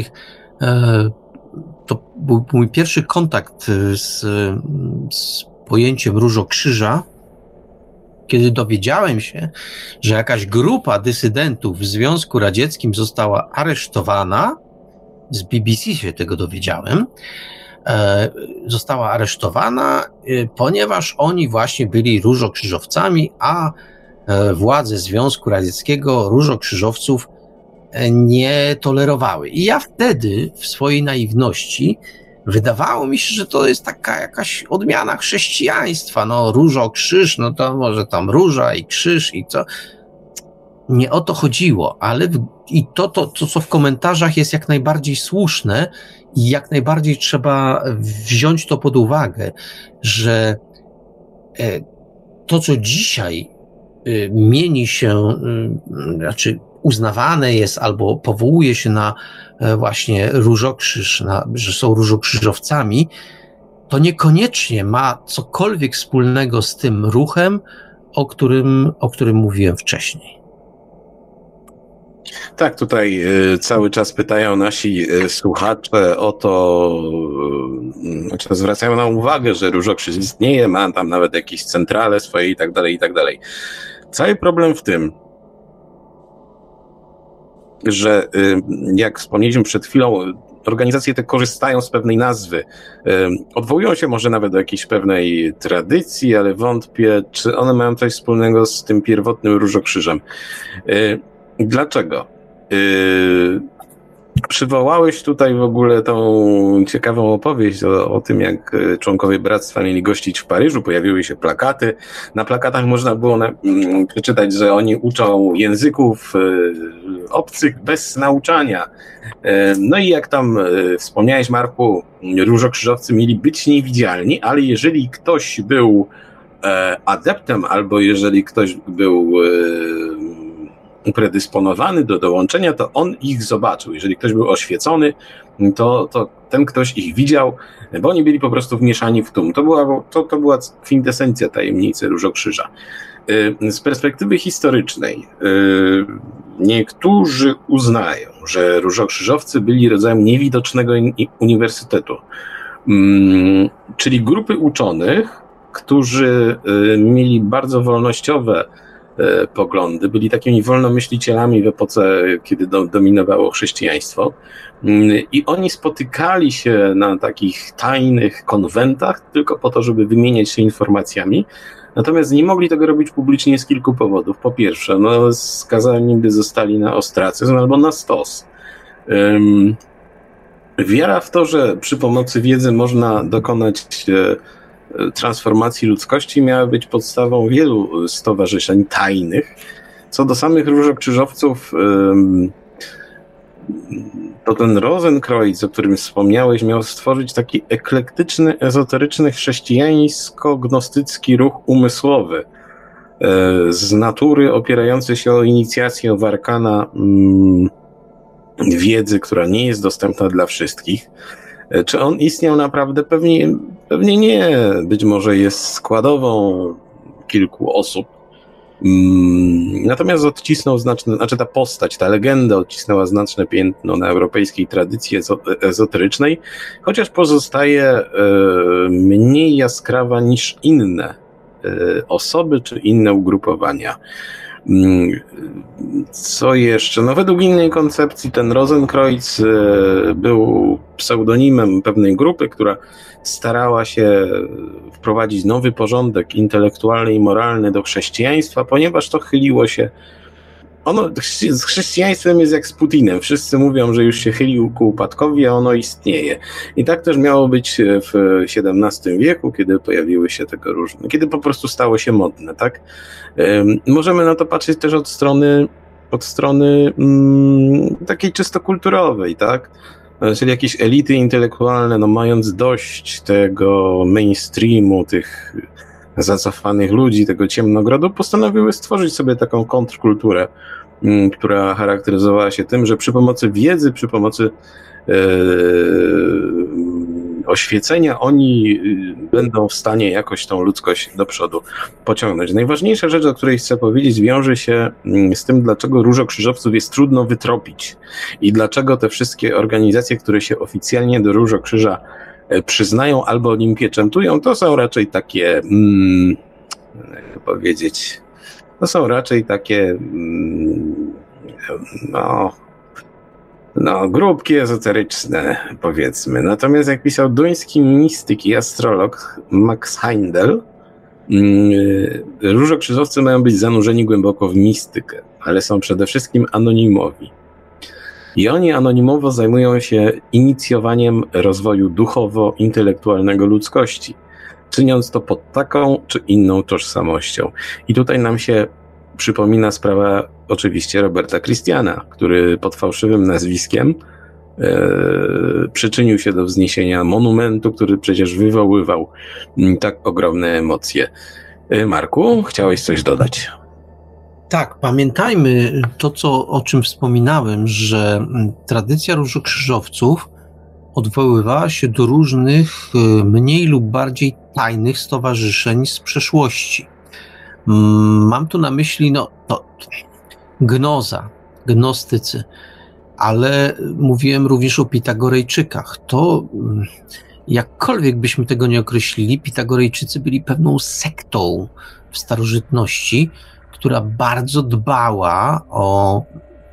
Speaker 3: To był mój pierwszy kontakt z pojęciem Różokrzyża, kiedy dowiedziałem się, że jakaś grupa dysydentów w Związku Radzieckim została aresztowana. Z BBC się tego dowiedziałem. Została aresztowana, ponieważ oni właśnie byli różokrzyżowcami, a władze Związku Radzieckiego różokrzyżowców nie tolerowały. I ja wtedy w swojej naiwności wydawało mi się, że to jest taka jakaś odmiana chrześcijaństwa. No różokrzyż, no to może tam róża i krzyż i co. Nie o to chodziło, ale to, co w komentarzach jest jak najbardziej słuszne i jak najbardziej trzeba wziąć to pod uwagę, że to, co dzisiaj mieni się, znaczy uznawane jest albo powołuje się na właśnie Różokrzyż, że są różokrzyżowcami, to niekoniecznie ma cokolwiek wspólnego z tym ruchem, o którym mówiłem wcześniej.
Speaker 2: Tak, tutaj cały czas pytają nasi słuchacze o to, znaczy zwracają nam uwagę, że Różokrzyż istnieje, ma tam nawet jakieś centrale swoje i tak dalej, i tak dalej. Cały problem w tym, że jak wspomnieliśmy przed chwilą, organizacje te korzystają z pewnej nazwy. Odwołują się może nawet do jakiejś pewnej tradycji, ale wątpię, czy one mają coś wspólnego z tym pierwotnym Różokrzyżem. Dlaczego? Przywołałeś tutaj w ogóle tą ciekawą opowieść o tym, jak członkowie bractwa mieli gościć w Paryżu, pojawiły się plakaty. Na plakatach można było przeczytać, że oni uczą języków obcych bez nauczania. No i jak tam wspomniałeś, Marku, różokrzyżowcy mieli być niewidzialni, ale jeżeli ktoś był adeptem albo jeżeli ktoś był predysponowany do dołączenia, to on ich zobaczył. Jeżeli ktoś był oświecony, to ten ktoś ich widział, bo oni byli po prostu wmieszani w tłum. To była kwintesencja tajemnicy Różokrzyża. Z perspektywy historycznej niektórzy uznają, że różokrzyżowcy byli rodzajem niewidocznego uniwersytetu, czyli grupy uczonych, którzy mieli bardzo wolnościowe poglądy, byli takimi wolnomyślicielami w epoce, kiedy dominowało chrześcijaństwo i oni spotykali się na takich tajnych konwentach tylko po to, żeby wymieniać się informacjami, natomiast nie mogli tego robić publicznie z kilku powodów. Po pierwsze, skazani by zostali na ostracyzm albo na stos. Wiara w to, że przy pomocy wiedzy można dokonać transformacji ludzkości, miała być podstawą wielu stowarzyszeń tajnych. Co do samych różokrzyżowców, to ten Rosenkreuz, o którym wspomniałeś, miał stworzyć taki eklektyczny, ezoteryczny, chrześcijańsko-gnostycki ruch umysłowy, z natury opierający się o inicjację w arkana wiedzy, która nie jest dostępna dla wszystkich. Czy on istniał naprawdę? Pewnie nie. Być może jest składową kilku osób. Natomiast odcisnął ta postać, ta legenda odcisnęła znaczne piętno na europejskiej tradycji ezoterycznej, chociaż pozostaje mniej jaskrawa niż inne osoby czy inne ugrupowania. Co jeszcze? No według innej koncepcji ten Rosenkreuz był pseudonimem pewnej grupy, która starała się wprowadzić nowy porządek intelektualny i moralny do chrześcijaństwa, ponieważ to chyliło się. Z chrześcijaństwem jest jak z Putinem. Wszyscy mówią, że już się chylił ku upadkowi, a ono istnieje. I tak też miało być w XVII wieku, kiedy pojawiły się tego różne, kiedy po prostu stało się modne, tak? Możemy na to patrzeć też od strony takiej czysto kulturowej, tak? Czyli jakieś elity intelektualne, no mając dość tego mainstreamu, tych zacofanych ludzi, tego ciemnogrodu, postanowiły stworzyć sobie taką kontrkulturę, która charakteryzowała się tym, że przy pomocy wiedzy, przy pomocy oświecenia oni będą w stanie jakoś tą ludzkość do przodu pociągnąć. Najważniejsza rzecz, o której chcę powiedzieć, wiąże się z tym, dlaczego różokrzyżowców jest trudno wytropić i dlaczego te wszystkie organizacje, które się oficjalnie do Różokrzyża przyznają albo o nim pieczętują, to są raczej takie, jak to powiedzieć, to są raczej takie, grupki ezoteryczne, powiedzmy. Natomiast jak pisał duński mistyk i astrolog Max Heindel, różokrzyżowcy mają być zanurzeni głęboko w mistykę, ale są przede wszystkim anonimowi. I oni anonimowo zajmują się inicjowaniem rozwoju duchowo-intelektualnego ludzkości, czyniąc to pod taką czy inną tożsamością. I tutaj nam się przypomina sprawa oczywiście Roberta Christiana, który pod fałszywym nazwiskiem przyczynił się do wzniesienia monumentu, który przecież wywoływał tak ogromne emocje. Marku, chciałeś coś dodać?
Speaker 3: Tak, pamiętajmy to, o czym wspominałem, że tradycja różokrzyżowców odwoływała się do różnych mniej lub bardziej tajnych stowarzyszeń z przeszłości. Mam tu na myśli gnoza, gnostycy, ale mówiłem również o Pitagorejczykach. To jakkolwiek byśmy tego nie określili, Pitagorejczycy byli pewną sektą w starożytności, która bardzo dbała o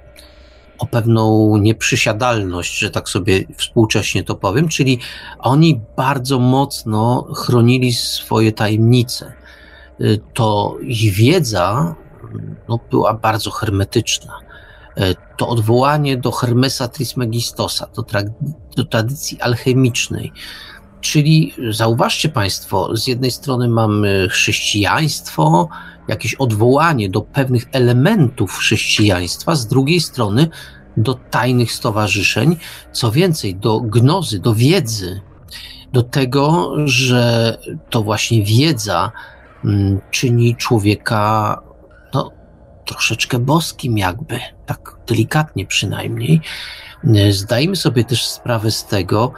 Speaker 3: pewną nieprzysiadalność, że tak sobie współcześnie to powiem, czyli oni bardzo mocno chronili swoje tajemnice. To ich wiedza była bardzo hermetyczna. To odwołanie do Hermesa Trismegistosa, do tradycji alchemicznej. Czyli zauważcie Państwo, z jednej strony mamy chrześcijaństwo, jakieś odwołanie do pewnych elementów chrześcijaństwa, z drugiej strony do tajnych stowarzyszeń, co więcej, do gnozy, do wiedzy, do tego, że to właśnie wiedza czyni człowieka troszeczkę boskim jakby, tak delikatnie przynajmniej. Zdajmy sobie też sprawę z tego,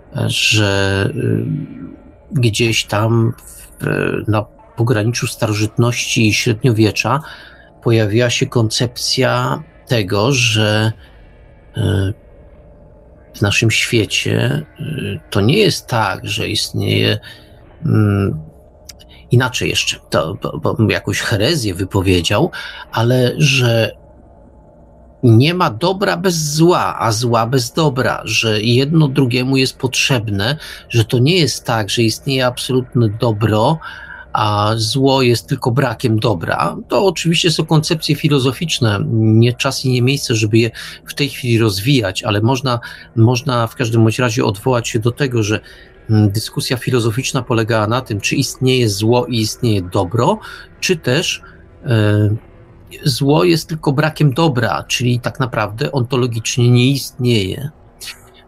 Speaker 3: że gdzieś tam na pograniczu starożytności i średniowiecza pojawiła się koncepcja tego, że w naszym świecie to nie jest tak, że istnieje inaczej jeszcze, bo jakąś herezję wypowiedział, ale że nie ma dobra bez zła, a zła bez dobra, że jedno drugiemu jest potrzebne, że to nie jest tak, że istnieje absolutne dobro, a zło jest tylko brakiem dobra. To oczywiście są koncepcje filozoficzne, nie czas i nie miejsce, żeby je w tej chwili rozwijać, ale można w każdym bądź razie odwołać się do tego, że dyskusja filozoficzna polegała na tym, czy istnieje zło i istnieje dobro, czy też zło jest tylko brakiem dobra, czyli tak naprawdę ontologicznie nie istnieje.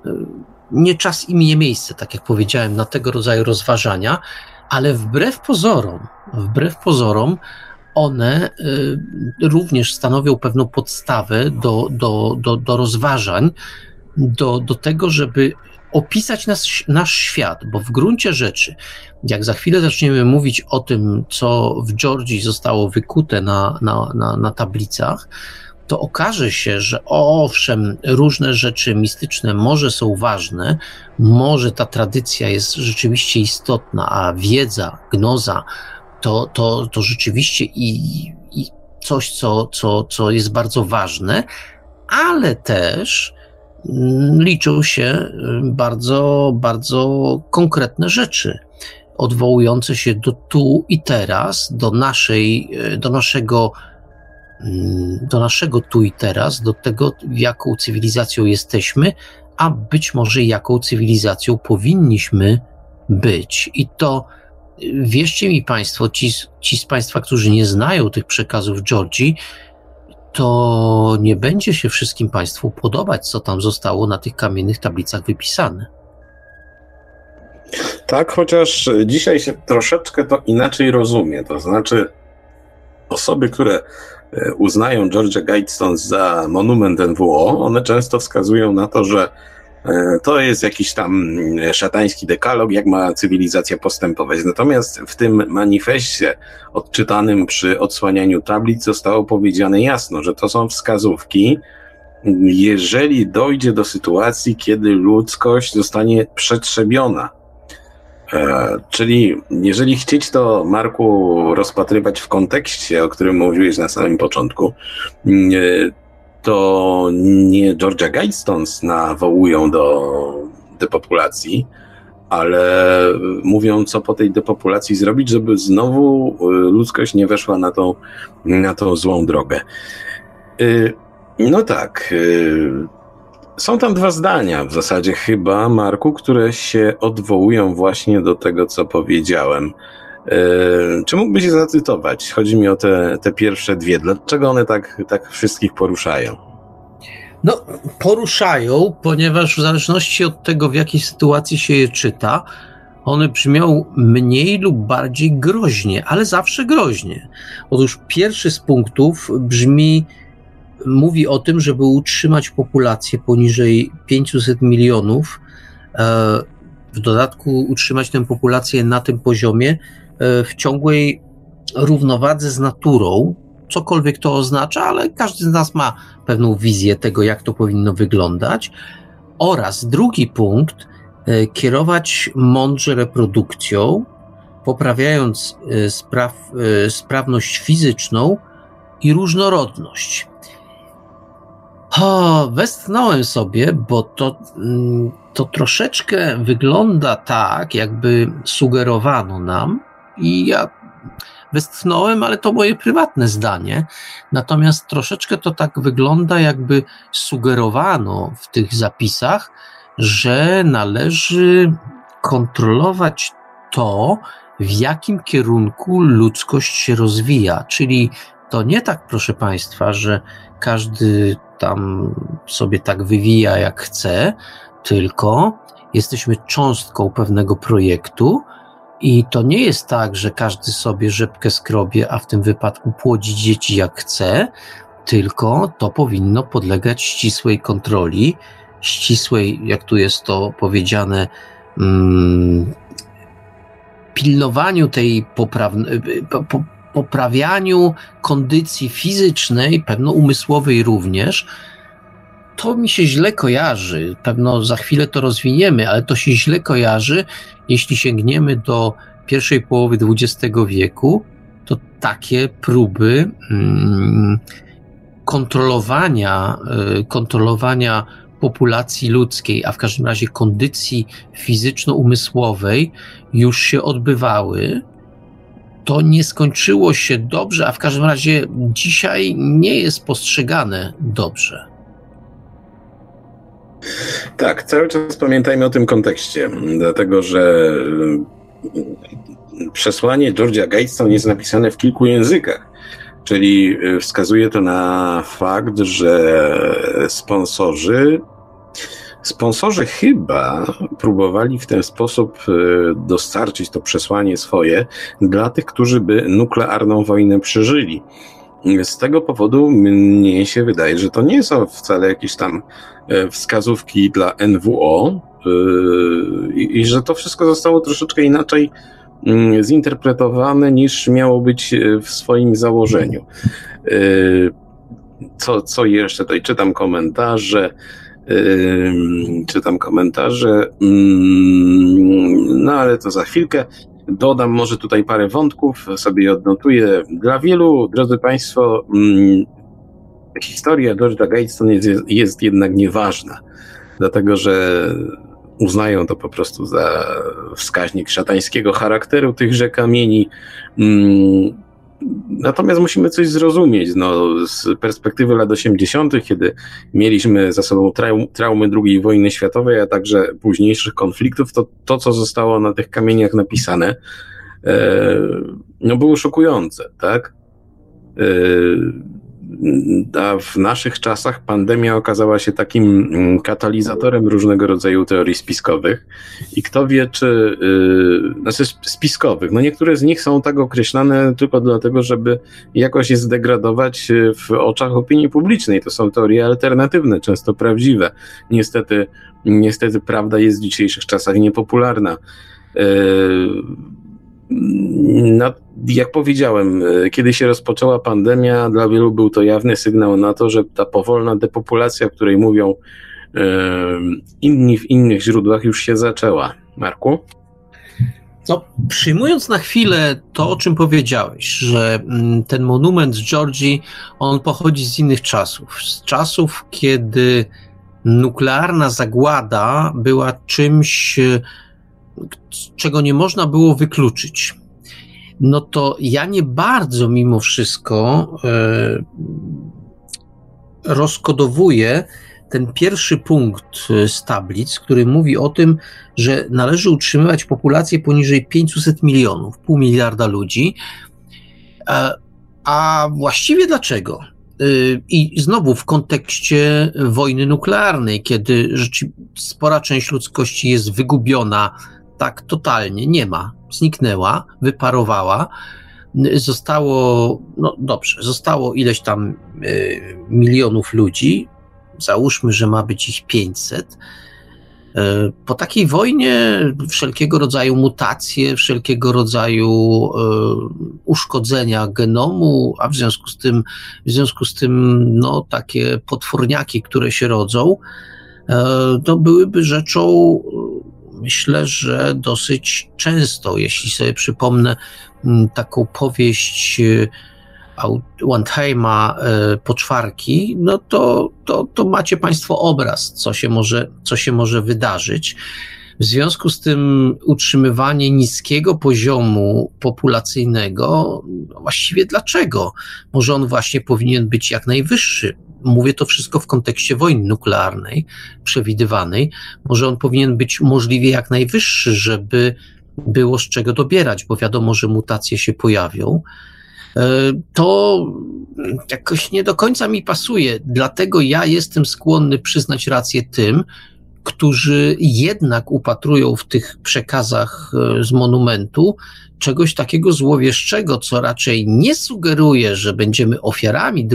Speaker 3: nie czas i nie miejsce, tak jak powiedziałem, na tego rodzaju rozważania, ale wbrew pozorom one również stanowią pewną podstawę do rozważań, do tego, żeby opisać nasz świat, bo w gruncie rzeczy, jak za chwilę zaczniemy mówić o tym, co w Georgii zostało wykute na tablicach, to okaże się, że owszem, różne rzeczy mistyczne może są ważne, może ta tradycja jest rzeczywiście istotna, a wiedza, gnoza to rzeczywiście i coś, co jest bardzo ważne, ale też liczą się bardzo, bardzo konkretne rzeczy, odwołujące się do tu i teraz, do naszego tu i teraz, do tego, jaką cywilizacją jesteśmy, a być może jaką cywilizacją powinniśmy być. I to wierzcie mi Państwo, ci z Państwa, którzy nie znają tych przekazów Georgii, to nie będzie się wszystkim Państwu podobać, co tam zostało na tych kamiennych tablicach wypisane.
Speaker 2: Tak, chociaż dzisiaj się troszeczkę to inaczej rozumie. To znaczy osoby, które uznają Georgia Guidestone za monument NWO, one często wskazują na to, że to jest jakiś tam szatański dekalog, jak ma cywilizacja postępować. Natomiast w tym manifestie odczytanym przy odsłanianiu tablic zostało powiedziane jasno, że to są wskazówki, jeżeli dojdzie do sytuacji, kiedy ludzkość zostanie przetrzebiona. Czyli jeżeli chcieć to, Marku, rozpatrywać w kontekście, o którym mówiłeś na samym początku, to nie Georgia Guidestones nawołują do depopulacji, ale mówią, co po tej depopulacji zrobić, żeby znowu ludzkość nie weszła na tą złą drogę. No tak, są tam dwa zdania w zasadzie chyba, Marku, które się odwołują właśnie do tego, co powiedziałem. Czy mógłbyś je zacytować? Chodzi mi o te pierwsze dwie. Dlaczego one tak wszystkich poruszają?
Speaker 3: No, poruszają, ponieważ w zależności od tego, w jakiej sytuacji się je czyta, one brzmią mniej lub bardziej groźnie, ale zawsze groźnie. Otóż pierwszy z punktów mówi o tym, żeby utrzymać populację poniżej 500 milionów, w dodatku utrzymać tę populację na tym poziomie w ciągłej równowadze z naturą, cokolwiek to oznacza, ale każdy z nas ma pewną wizję tego, jak to powinno wyglądać. Oraz drugi punkt, kierować mądrze reprodukcją, poprawiając sprawność fizyczną i różnorodność. Westchnąłem sobie, bo to troszeczkę wygląda tak, jakby sugerowano nam, i ja westchnąłem, ale to moje prywatne zdanie, natomiast troszeczkę to tak wygląda, jakby sugerowano w tych zapisach, że należy kontrolować to, w jakim kierunku ludzkość się rozwija, czyli to nie tak, proszę Państwa, że każdy tam sobie tak wywija jak chce, tylko jesteśmy cząstką pewnego projektu i to nie jest tak, że każdy sobie rzepkę skrobie, a w tym wypadku płodzi dzieci jak chce, tylko to powinno podlegać ścisłej kontroli, ścisłej, jak tu jest to powiedziane, pilnowaniu tej poprawianiu kondycji fizycznej, pewno umysłowej również. To mi się źle kojarzy, pewno za chwilę to rozwiniemy, ale to się źle kojarzy, jeśli sięgniemy do pierwszej połowy XX wieku, to takie próby kontrolowania populacji ludzkiej, a w każdym razie kondycji fizyczno-umysłowej już się odbywały. To nie skończyło się dobrze, a w każdym razie dzisiaj nie jest postrzegane dobrze.
Speaker 2: Tak, cały czas pamiętajmy o tym kontekście, dlatego że przesłanie Georgia Guidestone jest napisane w kilku językach, czyli wskazuje to na fakt, że sponsorzy Sponsorzy chyba próbowali w ten sposób dostarczyć to przesłanie swoje dla tych, którzy by nuklearną wojnę przeżyli. Z tego powodu mnie się wydaje, że to nie są wcale jakieś tam wskazówki dla NWO i że to wszystko zostało troszeczkę inaczej zinterpretowane niż miało być w swoim założeniu. Co jeszcze tutaj? Czytam komentarze, no ale to za chwilkę. Dodam może tutaj parę wątków, sobie odnotuję. Dla wielu, drodzy Państwo, historia George'a Gatestone jest jednak nieważna, dlatego że uznają to po prostu za wskaźnik szatańskiego charakteru tychże kamieni. Natomiast musimy coś zrozumieć. Z perspektywy lat 80., kiedy mieliśmy za sobą traumy II wojny światowej, a także późniejszych konfliktów, to co zostało na tych kamieniach napisane, było szokujące, tak? A w naszych czasach pandemia okazała się takim katalizatorem różnego rodzaju teorii spiskowych i kto wie, czy spiskowych, niektóre z nich są tak określane tylko dlatego, żeby jakoś je zdegradować w oczach opinii publicznej. To są teorie alternatywne, często prawdziwe. Niestety prawda jest w dzisiejszych czasach niepopularna. Jak powiedziałem, kiedy się rozpoczęła pandemia, dla wielu był to jawny sygnał na to, że ta powolna depopulacja, o której mówią inni w innych źródłach, już się zaczęła. Marku?
Speaker 3: Przyjmując na chwilę to, o czym powiedziałeś, że ten monument z Georgii, on pochodzi z innych czasów. Z czasów, kiedy nuklearna zagłada była czymś, czego nie można było wykluczyć. To ja nie bardzo mimo wszystko rozkodowuję ten pierwszy punkt z tablic, który mówi o tym, że należy utrzymywać populację poniżej 500 milionów, 0,5 miliarda ludzi. A właściwie dlaczego? I znowu w kontekście wojny nuklearnej, kiedy spora część ludzkości jest wygubiona tak totalnie, nie ma, zniknęła, wyparowała, zostało ileś tam milionów ludzi, załóżmy, że ma być ich 500. Po takiej wojnie wszelkiego rodzaju mutacje, wszelkiego rodzaju uszkodzenia genomu, a w związku z tym takie potworniaki, które się rodzą, to byłyby rzeczą, myślę, że dosyć często, jeśli sobie przypomnę taką powieść Wandheima Poczwarki, to macie Państwo obraz, co się może wydarzyć. W związku z tym utrzymywanie niskiego poziomu populacyjnego, właściwie dlaczego? Może on właśnie powinien być jak najwyższy. Mówię to wszystko w kontekście wojny nuklearnej, przewidywanej. Może on powinien być możliwie jak najwyższy, żeby było z czego dobierać, bo wiadomo, że mutacje się pojawią. To jakoś nie do końca mi pasuje, dlatego ja jestem skłonny przyznać rację tym, którzy jednak upatrują w tych przekazach z monumentu czegoś takiego złowieszczego, co raczej nie sugeruje, że będziemy ofiarami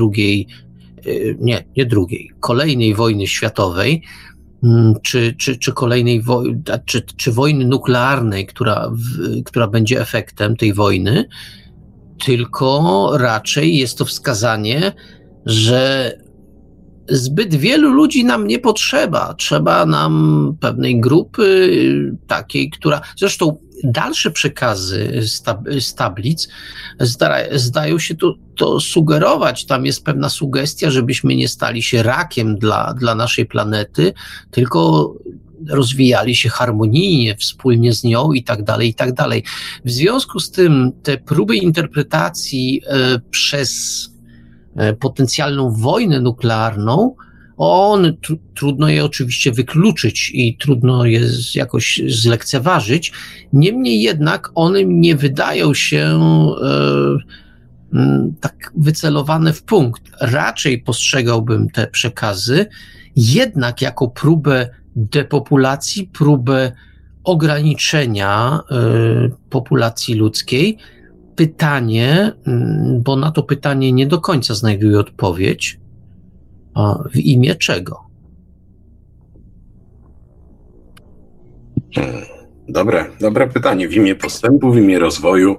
Speaker 3: kolejnej wojny światowej, czy kolejnej czy wojny nuklearnej, która będzie efektem tej wojny, tylko raczej jest to wskazanie, że zbyt wielu ludzi nam nie potrzeba. Trzeba nam pewnej grupy takiej, która... Zresztą dalsze przekazy z tablic zdają się to sugerować. Tam jest pewna sugestia, żebyśmy nie stali się rakiem dla naszej planety, tylko rozwijali się harmonijnie, wspólnie z nią i tak dalej, i tak dalej. W związku z tym te próby interpretacji przez potencjalną wojnę nuklearną, trudno je oczywiście wykluczyć i trudno je jakoś zlekceważyć, niemniej jednak one nie wydają się tak wycelowane w punkt. Raczej postrzegałbym te przekazy jednak jako próbę depopulacji, próbę ograniczenia populacji ludzkiej. Pytanie, bo na to pytanie nie do końca znajduję odpowiedź, w imię czego?
Speaker 2: Dobre pytanie. W imię postępu, w imię rozwoju.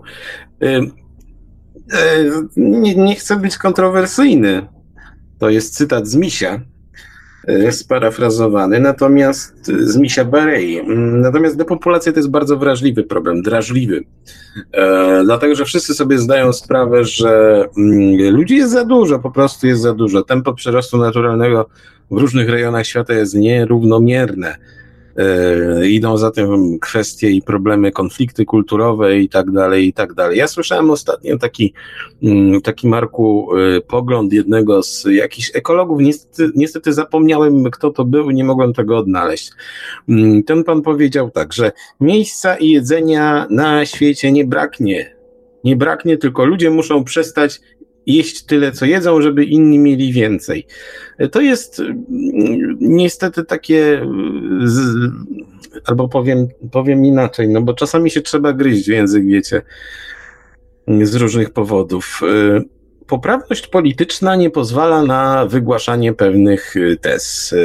Speaker 2: Nie chcę być kontrowersyjny. To jest cytat z Misia, sparafrazowany, natomiast z Misia Barei. Natomiast depopulacja to jest bardzo wrażliwy problem, drażliwy. Dlatego, że wszyscy sobie zdają sprawę, że ludzi jest za dużo, po prostu jest za dużo. Tempo przyrostu naturalnego w różnych rejonach świata jest nierównomierne. Idą za tym kwestie i problemy, konflikty kulturowe i tak dalej, i tak dalej. Ja słyszałem ostatnio taki Marku, pogląd jednego z jakichś ekologów, niestety zapomniałem, kto to był, nie mogłem tego odnaleźć. Ten pan powiedział tak, że miejsca i jedzenia na świecie nie braknie. Nie braknie, tylko ludzie muszą przestać jeść tyle, co jedzą, żeby inni mieli więcej. To jest niestety takie, albo powiem inaczej, no bo czasami się trzeba gryźć w język, wiecie, z różnych powodów. Poprawność polityczna nie pozwala na wygłaszanie pewnych tez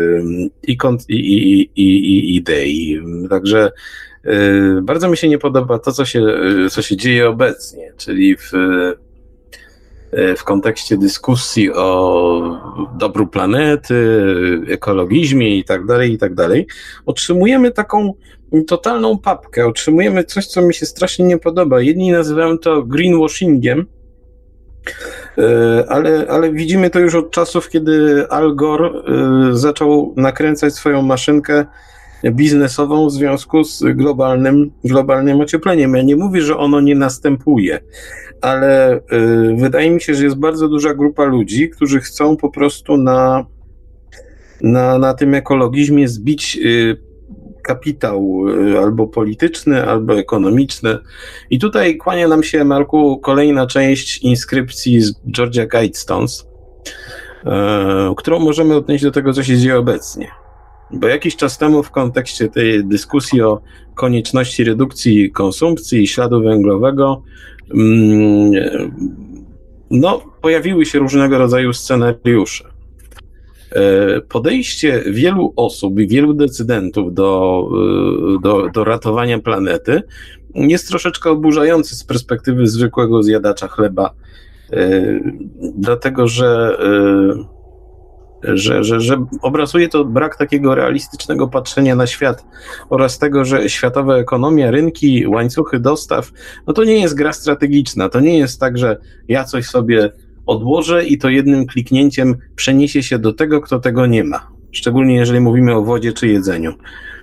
Speaker 2: i idei. Także bardzo mi się nie podoba to, co się dzieje obecnie, czyli w kontekście dyskusji o dobru planety, ekologizmie i tak dalej, otrzymujemy taką totalną papkę, otrzymujemy coś, co mi się strasznie nie podoba. Jedni nazywają to greenwashingiem, ale widzimy to już od czasów, kiedy Al Gore zaczął nakręcać swoją maszynkę biznesową w związku z globalnym ociepleniem. Ja nie mówię, że ono nie następuje, ale wydaje mi się, że jest bardzo duża grupa ludzi, którzy chcą po prostu na tym ekologizmie zbić kapitał albo polityczny, albo ekonomiczny. I tutaj kłania nam się, Marku, kolejna część inskrypcji z Georgia Guidestones, którą możemy odnieść do tego, co się dzieje obecnie. Bo jakiś czas temu w kontekście tej dyskusji o konieczności redukcji konsumpcji i śladu węglowego pojawiły się różnego rodzaju scenariusze. Podejście wielu osób i wielu decydentów do ratowania planety jest troszeczkę oburzający z perspektywy zwykłego zjadacza chleba, dlatego że obrazuje to brak takiego realistycznego patrzenia na świat oraz tego, że światowa ekonomia, rynki, łańcuchy dostaw, no to nie jest gra strategiczna, to nie jest tak, że ja coś sobie odłożę i to jednym kliknięciem przeniesie się do tego, kto tego nie ma. Szczególnie jeżeli mówimy o wodzie czy jedzeniu.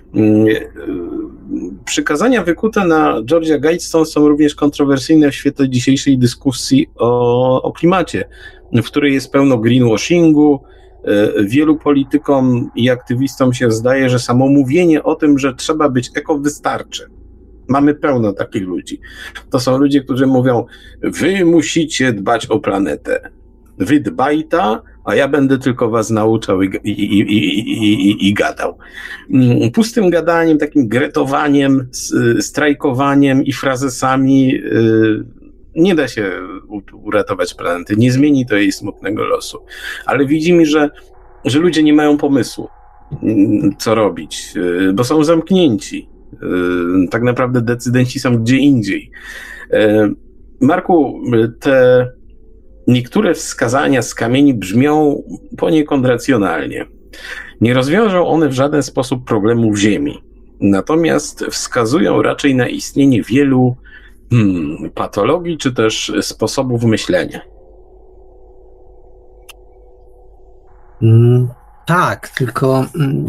Speaker 2: Przykazania wykute na Georgia Guidestone są również kontrowersyjne w świetle dzisiejszej dyskusji o klimacie, w której jest pełno greenwashingu. Wielu politykom i aktywistom się zdaje, że samo mówienie o tym, że trzeba być eko, wystarczy. Mamy pełno takich ludzi. To są ludzie, którzy mówią, wy musicie dbać o planetę. Wy dbaj ta, a ja będę tylko was nauczał i gadał. Pustym gadaniem, takim gretowaniem, strajkowaniem i frazesami nie da się uratować planety. Nie zmieni to jej smutnego losu. Ale widzimy, że ludzie nie mają pomysłu, co robić, bo są zamknięci. Tak naprawdę decydenci są gdzie indziej. Marku, te niektóre wskazania z kamieni brzmią poniekąd racjonalnie. Nie rozwiążą one w żaden sposób problemów Ziemi. Natomiast wskazują raczej na istnienie wielu patologii, czy też sposobów myślenia.
Speaker 3: Tak, tylko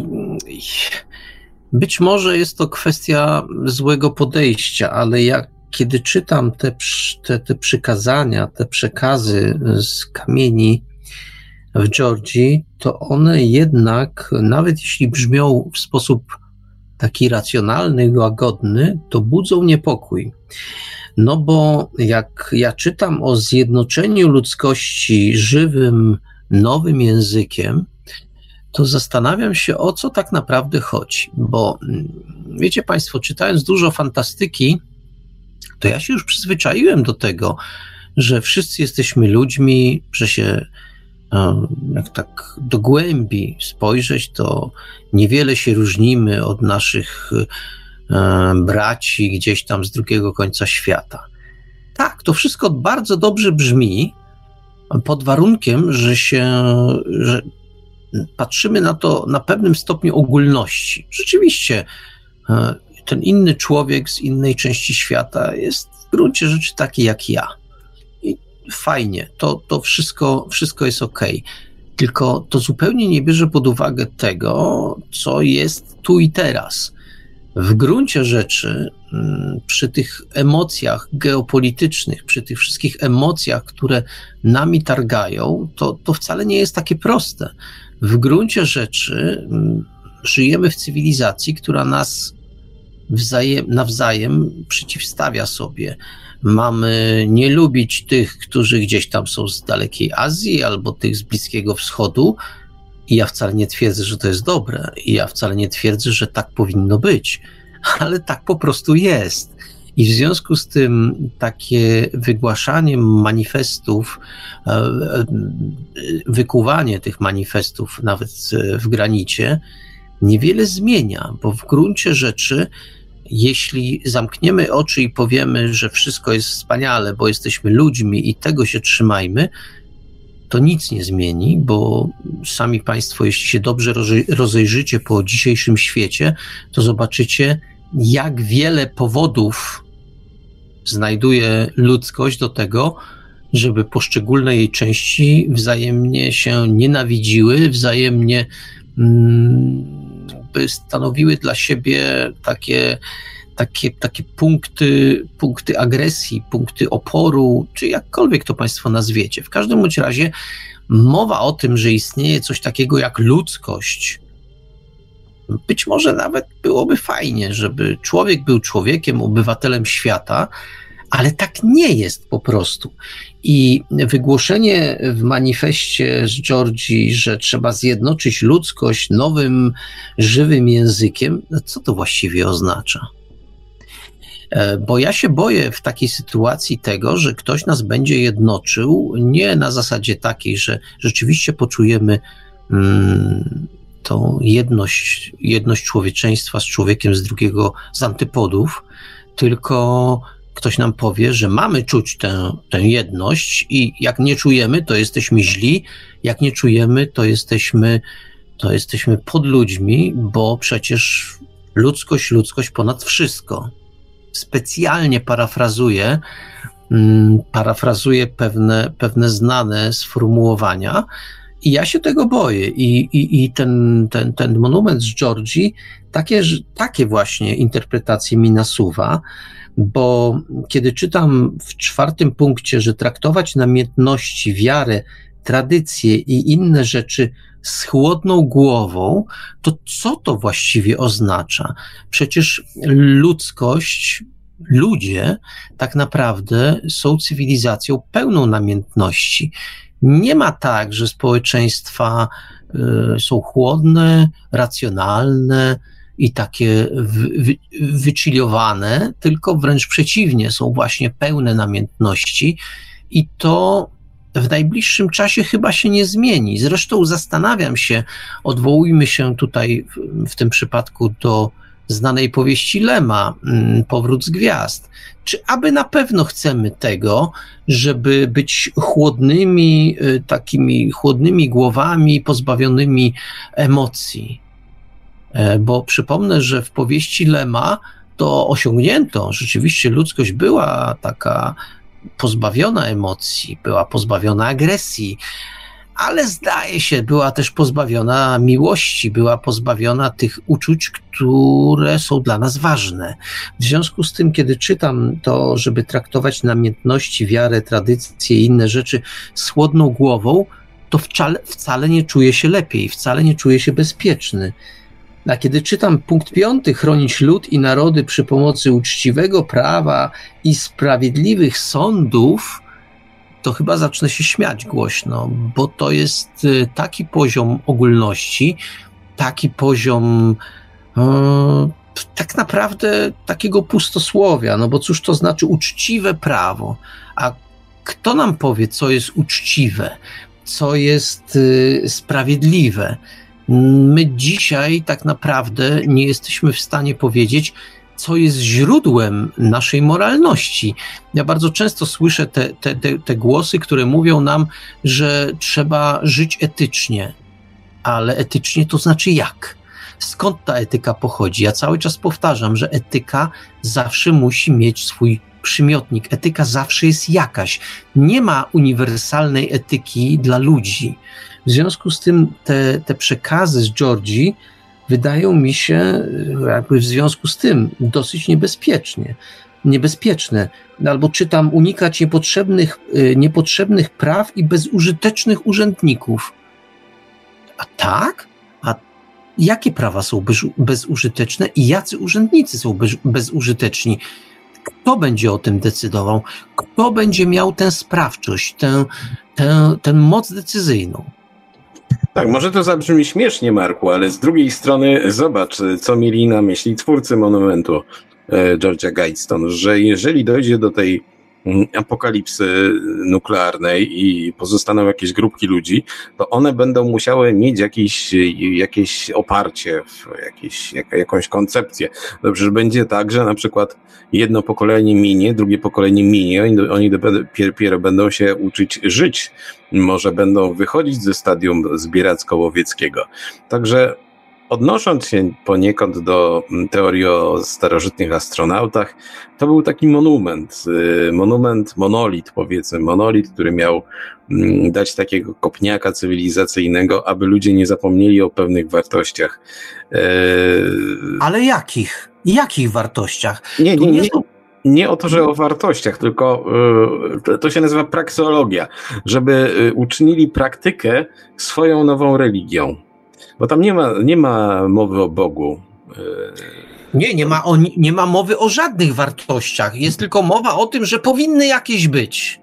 Speaker 3: być może jest to kwestia złego podejścia, ale kiedy czytam te przykazania, te przekazy z kamieni w Georgii, to one jednak, nawet jeśli brzmią w sposób taki racjonalny, łagodny, to budzą niepokój. No bo jak ja czytam o zjednoczeniu ludzkości żywym, nowym językiem, to zastanawiam się, o co tak naprawdę chodzi, bo wiecie Państwo, czytając dużo fantastyki, to ja się już przyzwyczaiłem do tego, że wszyscy jesteśmy ludźmi, że się, jak tak do głębi spojrzeć, to niewiele się różnimy od naszych braci gdzieś tam z drugiego końca świata. Tak, to wszystko bardzo dobrze brzmi, pod warunkiem, że patrzymy na to na pewnym stopniu ogólności. Rzeczywiście ten inny człowiek z innej części świata jest w gruncie rzeczy taki jak ja. I fajnie, to wszystko jest okej. Tylko to zupełnie nie bierze pod uwagę tego, co jest tu i teraz. W gruncie rzeczy przy tych emocjach geopolitycznych, przy tych wszystkich emocjach, które nami targają, to wcale nie jest takie proste. W gruncie rzeczy żyjemy w cywilizacji, która nas nawzajem przeciwstawia sobie. Mamy nie lubić tych, którzy gdzieś tam są z dalekiej Azji albo tych z Bliskiego Wschodu, i ja wcale nie twierdzę, że to jest dobre, i ja wcale nie twierdzę, że tak powinno być, ale tak po prostu jest. I w związku z tym takie wygłaszanie manifestów, wykuwanie tych manifestów nawet w granicie niewiele zmienia, bo w gruncie rzeczy, jeśli zamkniemy oczy i powiemy, że wszystko jest wspaniale, bo jesteśmy ludźmi i tego się trzymajmy, to nic nie zmieni, bo sami Państwo, jeśli się dobrze rozejrzycie po dzisiejszym świecie, to zobaczycie, jak wiele powodów znajduje ludzkość do tego, żeby poszczególne jej części wzajemnie się nienawidziły, wzajemnie by stanowiły dla siebie takie punkty agresji, punkty oporu, czy jakkolwiek to Państwo nazwiecie. W każdym bądź razie mowa o tym, że istnieje coś takiego jak ludzkość. Być może nawet byłoby fajnie, żeby człowiek był człowiekiem, obywatelem świata, ale tak nie jest po prostu. I wygłoszenie w manifestie z Georgii, że trzeba zjednoczyć ludzkość nowym, żywym językiem, co to właściwie oznacza? Bo ja się boję w takiej sytuacji tego, że ktoś nas będzie jednoczył nie na zasadzie takiej, że rzeczywiście poczujemy tą jedność człowieczeństwa z człowiekiem z antypodów, tylko ktoś nam powie, że mamy czuć tę jedność i jak nie czujemy, to jesteśmy źli, jak nie czujemy, to jesteśmy pod ludźmi, bo przecież ludzkość ponad wszystko. Specjalnie parafrazuję pewne znane sformułowania i ja się tego boję. I ten monument z Georgii takie właśnie interpretacje mi nasuwa, bo kiedy czytam w 4. punkcie, że traktować namiętności, wiarę, tradycje i inne rzeczy z chłodną głową, to co to właściwie oznacza? Przecież ludzie tak naprawdę są cywilizacją pełną namiętności. Nie ma tak, że społeczeństwa są chłodne, racjonalne i takie wychillowane, tylko wręcz przeciwnie, są właśnie pełne namiętności i to w najbliższym czasie chyba się nie zmieni. Zresztą zastanawiam się, odwołujmy się tutaj w tym przypadku do znanej powieści Lema, Powrót z Gwiazd. Czy aby na pewno chcemy tego, żeby być takimi chłodnymi głowami, pozbawionymi emocji? Bo przypomnę, że w powieści Lema to osiągnięto, rzeczywiście ludzkość była taka pozbawiona emocji, była pozbawiona agresji, ale zdaje się, była też pozbawiona miłości, była pozbawiona tych uczuć, które są dla nas ważne. W związku z tym, kiedy czytam to, żeby traktować namiętności, wiarę, tradycje i inne rzeczy z chłodną głową, to wcale nie czuję się lepiej, wcale nie czuję się bezpieczny. A kiedy czytam punkt 5, chronić lud i narody przy pomocy uczciwego prawa i sprawiedliwych sądów, to chyba zacznę się śmiać głośno, bo to jest taki poziom ogólności, taki poziom tak naprawdę takiego pustosłowia, no bo cóż to znaczy uczciwe prawo, a kto nam powie, co jest uczciwe, co jest sprawiedliwe? My dzisiaj tak naprawdę nie jesteśmy w stanie powiedzieć, co jest źródłem naszej moralności. Ja bardzo często słyszę te głosy, które mówią nam, że trzeba żyć etycznie, ale etycznie to znaczy jak? Skąd ta etyka pochodzi? Ja cały czas powtarzam, że etyka zawsze musi mieć swój przymiotnik. Etyka zawsze jest jakaś. Nie ma uniwersalnej etyki dla ludzi. W związku z tym te przekazy z Georgii wydają mi się jakby w związku z tym dosyć niebezpieczne. Albo czytam, unikać niepotrzebnych praw i bezużytecznych urzędników. A tak? A jakie prawa są bezużyteczne i jacy urzędnicy są bezużyteczni? Kto będzie o tym decydował? Kto będzie miał tę sprawczość, tę moc decyzyjną?
Speaker 2: Tak, może to zabrzmi śmiesznie, Marku, ale z drugiej strony zobacz, co mieli na myśli twórcy monumentu Georgia Guidestone, że jeżeli dojdzie do tej apokalipsy nuklearnej i pozostaną jakieś grupki ludzi, to one będą musiały mieć jakieś oparcie, jakąś koncepcję. Dobrze, że będzie tak, że na przykład jedno pokolenie minie, drugie pokolenie minie, oni dopiero będą się uczyć żyć. Może będą wychodzić ze stadium zbieracko-łowieckiego. Także odnosząc się poniekąd do teorii o starożytnych astronautach, to był taki monolit, który miał dać takiego kopniaka cywilizacyjnego, aby ludzie nie zapomnieli o pewnych wartościach.
Speaker 3: Ale jakich? Jakich wartościach?
Speaker 2: Nie o to, że o wartościach, tylko to się nazywa prakseologia, żeby uczynili praktykę swoją nową religią. Bo tam nie ma mowy o Bogu.
Speaker 3: Nie ma mowy o żadnych wartościach. Jest tylko mowa o tym, że powinny jakieś być.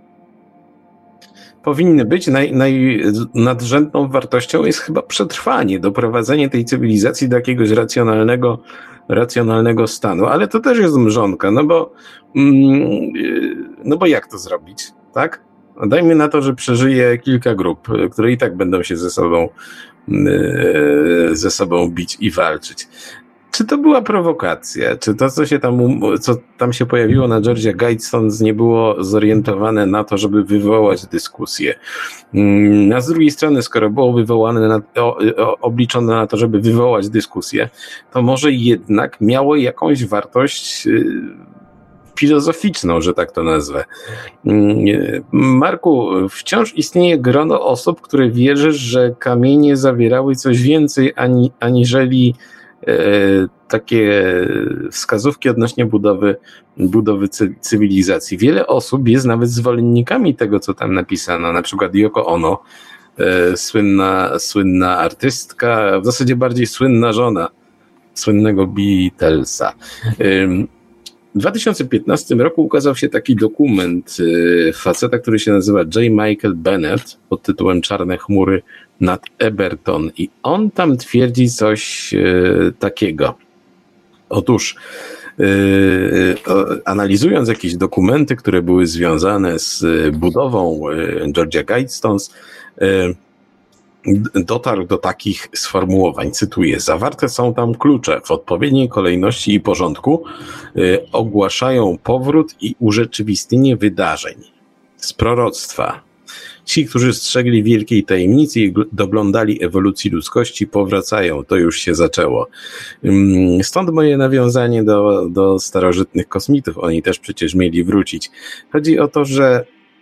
Speaker 2: Powinny być. Nadrzędną wartością jest chyba przetrwanie, doprowadzenie tej cywilizacji do jakiegoś racjonalnego stanu. Ale to też jest mrzonka, no bo jak to zrobić, tak? Dajmy na to, że przeżyje kilka grup, które i tak będą się ze sobą bić i walczyć. Czy to była prowokacja? Czy to, co tam się pojawiło na Georgia Guidestone, nie było zorientowane na to, żeby wywołać dyskusję? A z drugiej strony, skoro było obliczone na to, żeby wywołać dyskusję, to może jednak miało jakąś wartość filozoficzną, że tak to nazwę. Marku, wciąż istnieje grono osób, które wierzy, że kamienie zawierały coś więcej aniżeli takie wskazówki odnośnie budowy cywilizacji. Wiele osób jest nawet zwolennikami tego, co tam napisano. Na przykład Yoko Ono, słynna artystka, w zasadzie bardziej słynna żona słynnego Beatlesa. W 2015 roku ukazał się taki dokument faceta, który się nazywa J. Michael Bennett pod tytułem Czarne chmury nad Eberton i on tam twierdzi coś takiego. Otóż analizując jakieś dokumenty, które były związane z budową Georgia Guidestone, dotarł do takich sformułowań, cytuję: zawarte są tam klucze w odpowiedniej kolejności i porządku, ogłaszają powrót i urzeczywistnienie wydarzeń z proroctwa. Ci, którzy strzegli wielkiej tajemnicy i doglądali ewolucji ludzkości, powracają, to już się zaczęło. Stąd moje nawiązanie do starożytnych kosmitów, oni też przecież mieli wrócić. Chodzi o to, że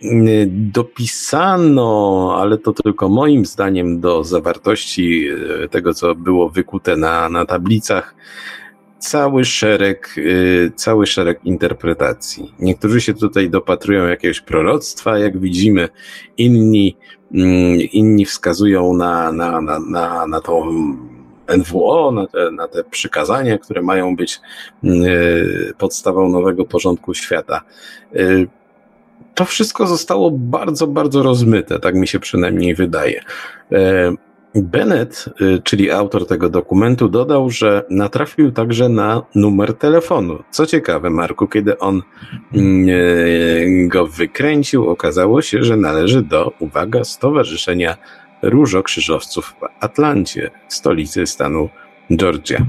Speaker 2: dopisano, ale to tylko moim zdaniem, do zawartości tego, co było wykute na tablicach, cały szereg interpretacji. Niektórzy się tutaj dopatrują jakiegoś proroctwa, jak widzimy, inni wskazują na tą NWO, na te przykazania, które mają być podstawą nowego porządku świata. to wszystko zostało bardzo, bardzo rozmyte, tak mi się przynajmniej wydaje. Bennett, czyli autor tego dokumentu, dodał, że natrafił także na numer telefonu. Co ciekawe, Marku, kiedy on go wykręcił, okazało się, że należy do, uwaga, Stowarzyszenia Różokrzyżowców w Atlancie, stolicy stanu Georgia.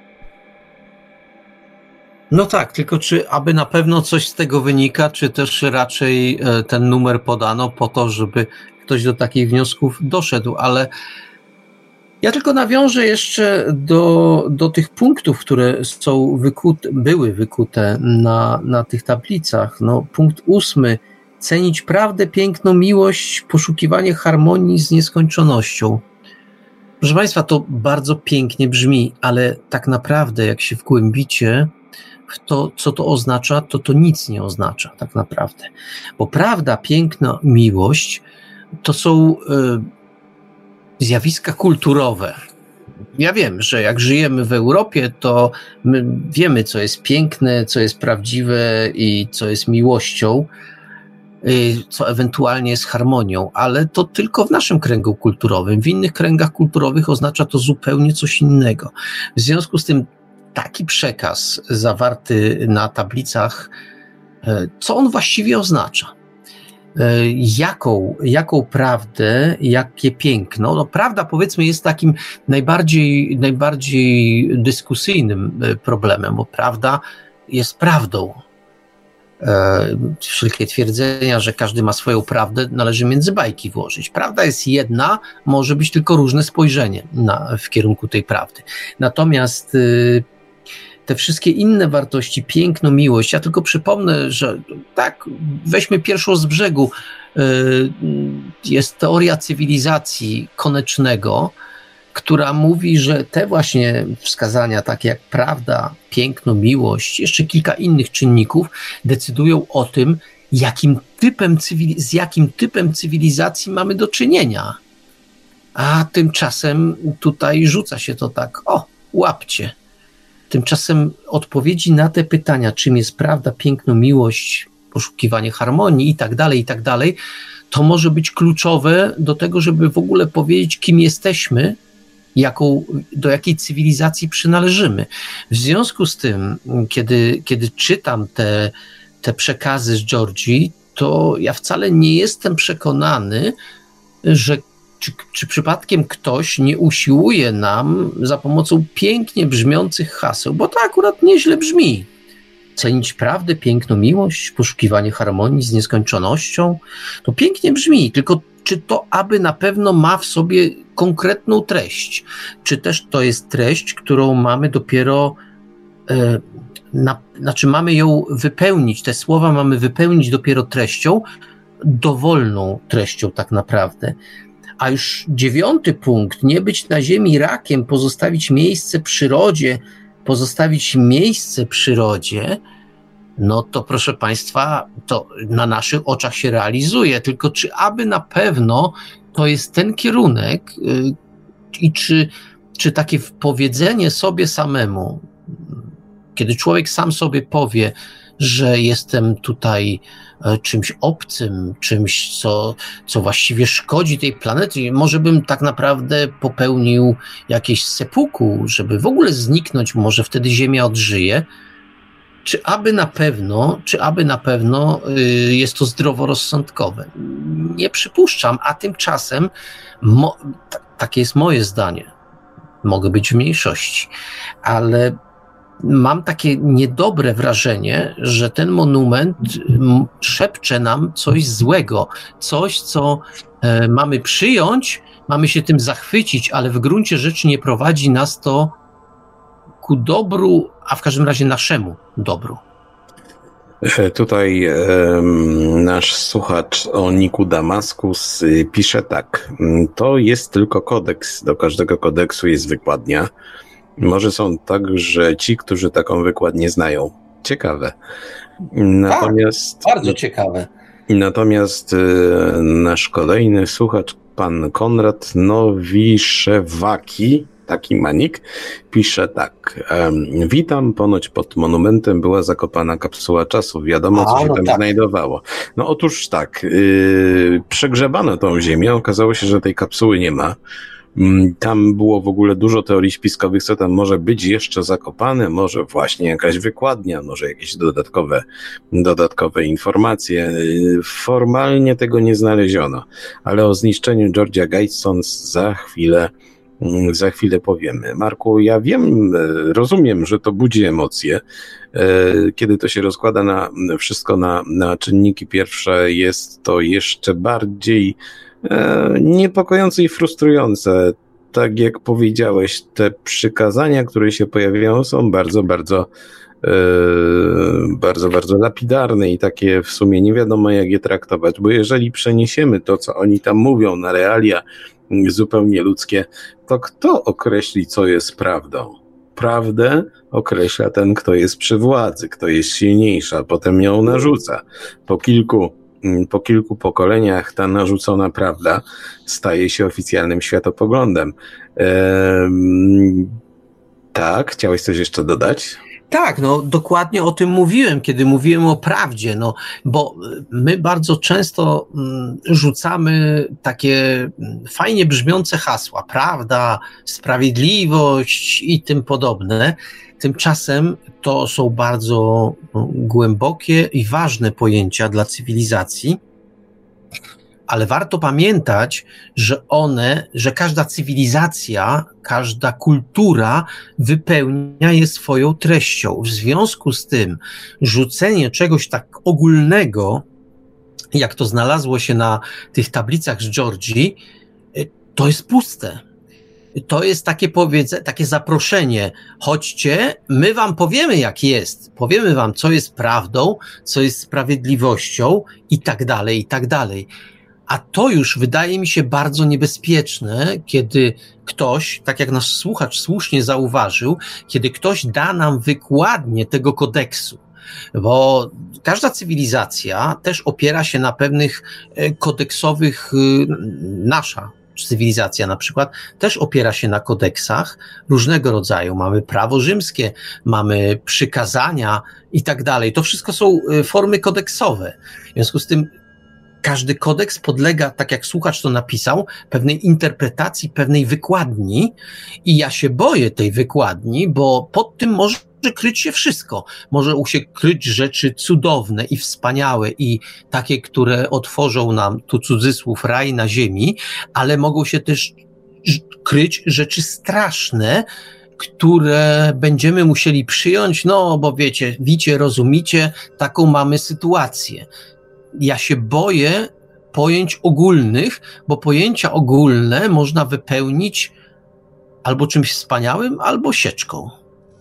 Speaker 3: No tak, tylko czy aby na pewno coś z tego wynika, czy też raczej ten numer podano po to, żeby ktoś do takich wniosków doszedł, ale ja tylko nawiążę jeszcze do tych punktów, które są były wykute na tych tablicach. No, punkt 8. Cenić prawdę, piękno, miłość, poszukiwanie harmonii z nieskończonością. Proszę Państwa, to bardzo pięknie brzmi, ale tak naprawdę, jak się wgłębicie w to, co to oznacza, to nic nie oznacza tak naprawdę. Bo prawda, piękno, miłość to są zjawiska kulturowe. Ja wiem, że jak żyjemy w Europie, to my wiemy, co jest piękne, co jest prawdziwe i co jest miłością, co ewentualnie jest harmonią, ale to tylko w naszym kręgu kulturowym. W innych kręgach kulturowych oznacza to zupełnie coś innego. W związku z tym taki przekaz zawarty na tablicach, co on właściwie oznacza? Jaką prawdę, jakie piękno? No, prawda, powiedzmy, jest takim najbardziej dyskusyjnym problemem, bo prawda jest prawdą. Wszelkie twierdzenia, że każdy ma swoją prawdę, należy między bajki włożyć. Prawda jest jedna, może być tylko różne spojrzenie w kierunku tej prawdy. Natomiast te wszystkie inne wartości, piękno, miłość, ja tylko przypomnę, że tak, weźmy pierwszą z brzegu, jest teoria cywilizacji Konecznego, która mówi, że te właśnie wskazania, takie jak prawda, piękno, miłość, jeszcze kilka innych czynników decydują o tym, z jakim typem cywilizacji mamy do czynienia. A tymczasem tutaj rzuca się to tak, łapcie. Tymczasem odpowiedzi na te pytania, czym jest prawda, piękno, miłość, poszukiwanie harmonii i tak dalej, to może być kluczowe do tego, żeby w ogóle powiedzieć, kim jesteśmy, do jakiej cywilizacji przynależymy. W związku z tym, kiedy czytam te przekazy z Georgii, to ja wcale nie jestem przekonany, że czy przypadkiem ktoś nie usiłuje nam za pomocą pięknie brzmiących haseł, bo to akurat nieźle brzmi. Cenić prawdę, piękno, miłość, poszukiwanie harmonii z nieskończonością. To pięknie brzmi, tylko czy to aby na pewno ma w sobie konkretną treść? Czy też to jest treść, którą mamy dopiero, mamy ją wypełnić, te słowa mamy wypełnić dopiero treścią, dowolną treścią tak naprawdę. A już 9. punkt, nie być na ziemi rakiem, pozostawić miejsce przyrodzie, no to proszę Państwa, to na naszych oczach się realizuje, tylko czy aby na pewno to jest ten kierunek i czy takie powiedzenie sobie samemu, kiedy człowiek sam sobie powie, że jestem tutaj czymś obcym, czymś, co właściwie szkodzi tej planecie, może bym tak naprawdę popełnił jakieś seppuku, żeby w ogóle zniknąć, może wtedy Ziemia odżyje. Czy aby na pewno jest to zdroworozsądkowe? Nie przypuszczam, a tymczasem takie jest moje zdanie. Mogę być w mniejszości, ale mam takie niedobre wrażenie, że ten monument szepcze nam coś złego, coś, co mamy przyjąć, mamy się tym zachwycić, ale w gruncie rzeczy nie prowadzi nas to ku dobru, a w każdym razie naszemu dobru.
Speaker 2: Tutaj nasz słuchacz o niku Damaskus pisze tak. To jest tylko kodeks. Do każdego kodeksu jest wykładnia. Może są także ci, którzy taką wykładnię znają. Ciekawe. Natomiast,
Speaker 3: bardzo ciekawe.
Speaker 2: Natomiast nasz kolejny słuchacz, pan Konrad Nowiszewaki, taki Manik, pisze tak. Witam, ponoć pod monumentem była zakopana kapsuła czasu. Wiadomo, co się tam znajdowało. No otóż tak, przegrzebano tą ziemię, okazało się, że tej kapsuły nie ma. Tam było w ogóle dużo teorii spiskowych, co tam może być jeszcze zakopane, może właśnie jakaś wykładnia, może jakieś dodatkowe informacje. Formalnie tego nie znaleziono, ale o zniszczeniu Georgia Guidestones za chwilę powiemy. Marku, ja rozumiem, że to budzi emocje. Kiedy to się rozkłada wszystko na czynniki pierwsze, jest to jeszcze bardziej niepokojące i frustrujące. Tak jak powiedziałeś, te przykazania, które się pojawiają, są bardzo, bardzo lapidarne i takie w sumie nie wiadomo, jak je traktować, bo jeżeli przeniesiemy to, co oni tam mówią, na realia zupełnie ludzkie, to kto określi, co jest prawdą? Prawdę określa ten, kto jest przy władzy, kto jest silniejszy, a potem ją narzuca. Po kilku pokoleniach ta narzucona prawda staje się oficjalnym światopoglądem. Tak, chciałeś coś jeszcze dodać?
Speaker 3: Tak, no dokładnie o tym mówiłem, kiedy mówiłem o prawdzie, no bo my bardzo często rzucamy takie fajnie brzmiące hasła, prawda, sprawiedliwość i tym podobne. Tymczasem to są bardzo głębokie i ważne pojęcia dla cywilizacji, ale warto pamiętać, że każda cywilizacja, każda kultura wypełnia je swoją treścią. W związku z tym rzucenie czegoś tak ogólnego, jak to znalazło się na tych tablicach z Georgii, to jest puste. To jest takie zaproszenie. Chodźcie, my wam powiemy, jak jest. Powiemy wam, co jest prawdą, co jest sprawiedliwością i tak dalej, i tak dalej. A to już wydaje mi się bardzo niebezpieczne, kiedy ktoś, tak jak nasz słuchacz słusznie zauważył, kiedy ktoś da nam wykładnię tego kodeksu, bo każda cywilizacja też opiera się na pewnych kodeksowych, nasza cywilizacja na przykład też opiera się na kodeksach różnego rodzaju. Mamy prawo rzymskie, mamy przykazania i tak dalej. To wszystko są formy kodeksowe. W związku z tym każdy kodeks podlega, tak jak słuchacz to napisał, pewnej interpretacji, pewnej wykładni i ja się boję tej wykładni, bo pod tym może kryć się wszystko. Może się kryć rzeczy cudowne i wspaniałe i takie, które otworzą nam, tu cudzysłów, raj na ziemi, ale mogą się też kryć rzeczy straszne, które będziemy musieli przyjąć, no bo wiecie, rozumicie, taką mamy sytuację. Ja się boję pojęć ogólnych, bo pojęcia ogólne można wypełnić albo czymś wspaniałym, albo sieczką.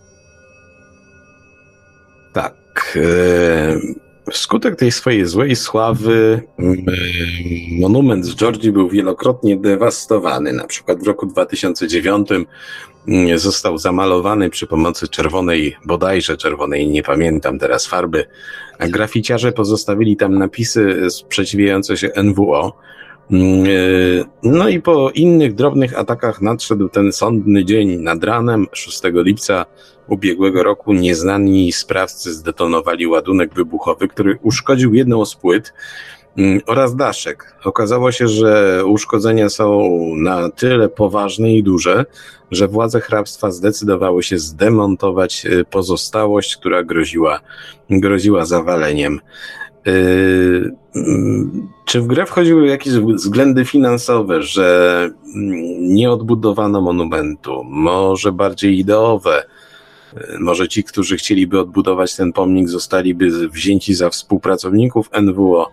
Speaker 2: Tak. Wskutek tej swojej złej sławy monument z Georgii był wielokrotnie dewastowany. Na przykład w roku 2009 został zamalowany przy pomocy bodajże czerwonej, nie pamiętam teraz farby, a graficiarze pozostawili tam napisy sprzeciwiające się NWO. No i po innych drobnych atakach nadszedł ten sądny dzień. Nad ranem 6 lipca ubiegłego roku nieznani sprawcy zdetonowali ładunek wybuchowy, który uszkodził jedną z płyt oraz daszek. Okazało się, że uszkodzenia są na tyle poważne i duże, że władze hrabstwa zdecydowały się zdemontować pozostałość, która groziła zawaleniem. Czy w grę wchodziły jakieś względy finansowe, że nie odbudowano monumentu, może bardziej ideowe, może ci, którzy chcieliby odbudować ten pomnik, zostaliby wzięci za współpracowników NWO.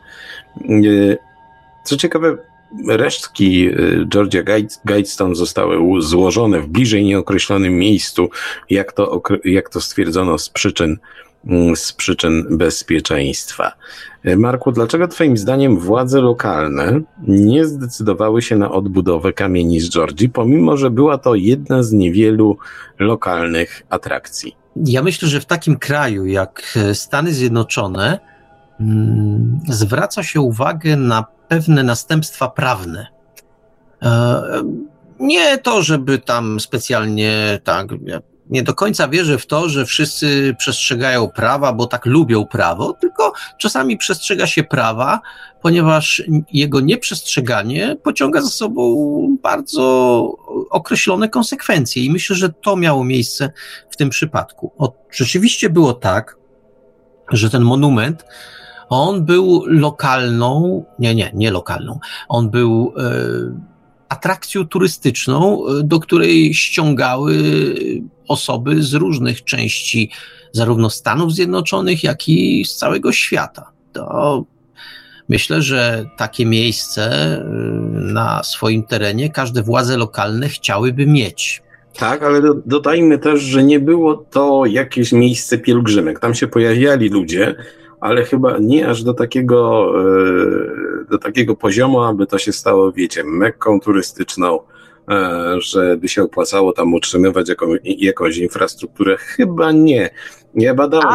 Speaker 2: Co ciekawe, resztki Georgia Guidestone zostały złożone w bliżej nieokreślonym miejscu, jak to stwierdzono z przyczyn bezpieczeństwa. Marku, dlaczego twoim zdaniem władze lokalne nie zdecydowały się na odbudowę kamieni z Georgii, pomimo że była to jedna z niewielu lokalnych atrakcji?
Speaker 3: Ja myślę, że w takim kraju jak Stany Zjednoczone zwraca się uwagę na pewne następstwa prawne. Nie to, żeby tam specjalnie tak, ja nie do końca wierzę w to, że wszyscy przestrzegają prawa, bo tak lubią prawo, tylko czasami przestrzega się prawa, ponieważ jego nieprzestrzeganie pociąga za sobą bardzo określone konsekwencje i myślę, że to miało miejsce w tym przypadku. Rzeczywiście było tak, że ten monument, on był lokalną, nie lokalną, on był atrakcją turystyczną, do której ściągały osoby z różnych części zarówno Stanów Zjednoczonych, jak i z całego świata. To myślę, że takie miejsce na swoim terenie każde władze lokalne chciałyby mieć.
Speaker 2: Tak, ale dodajmy też, że nie było to jakieś miejsce pielgrzymek. Tam się pojawiali ludzie, ale chyba nie aż do takiego poziomu, aby to się stało, wiecie, mekką turystyczną, żeby się opłacało tam utrzymywać jakąś infrastrukturę. Chyba nie. Nie badałem.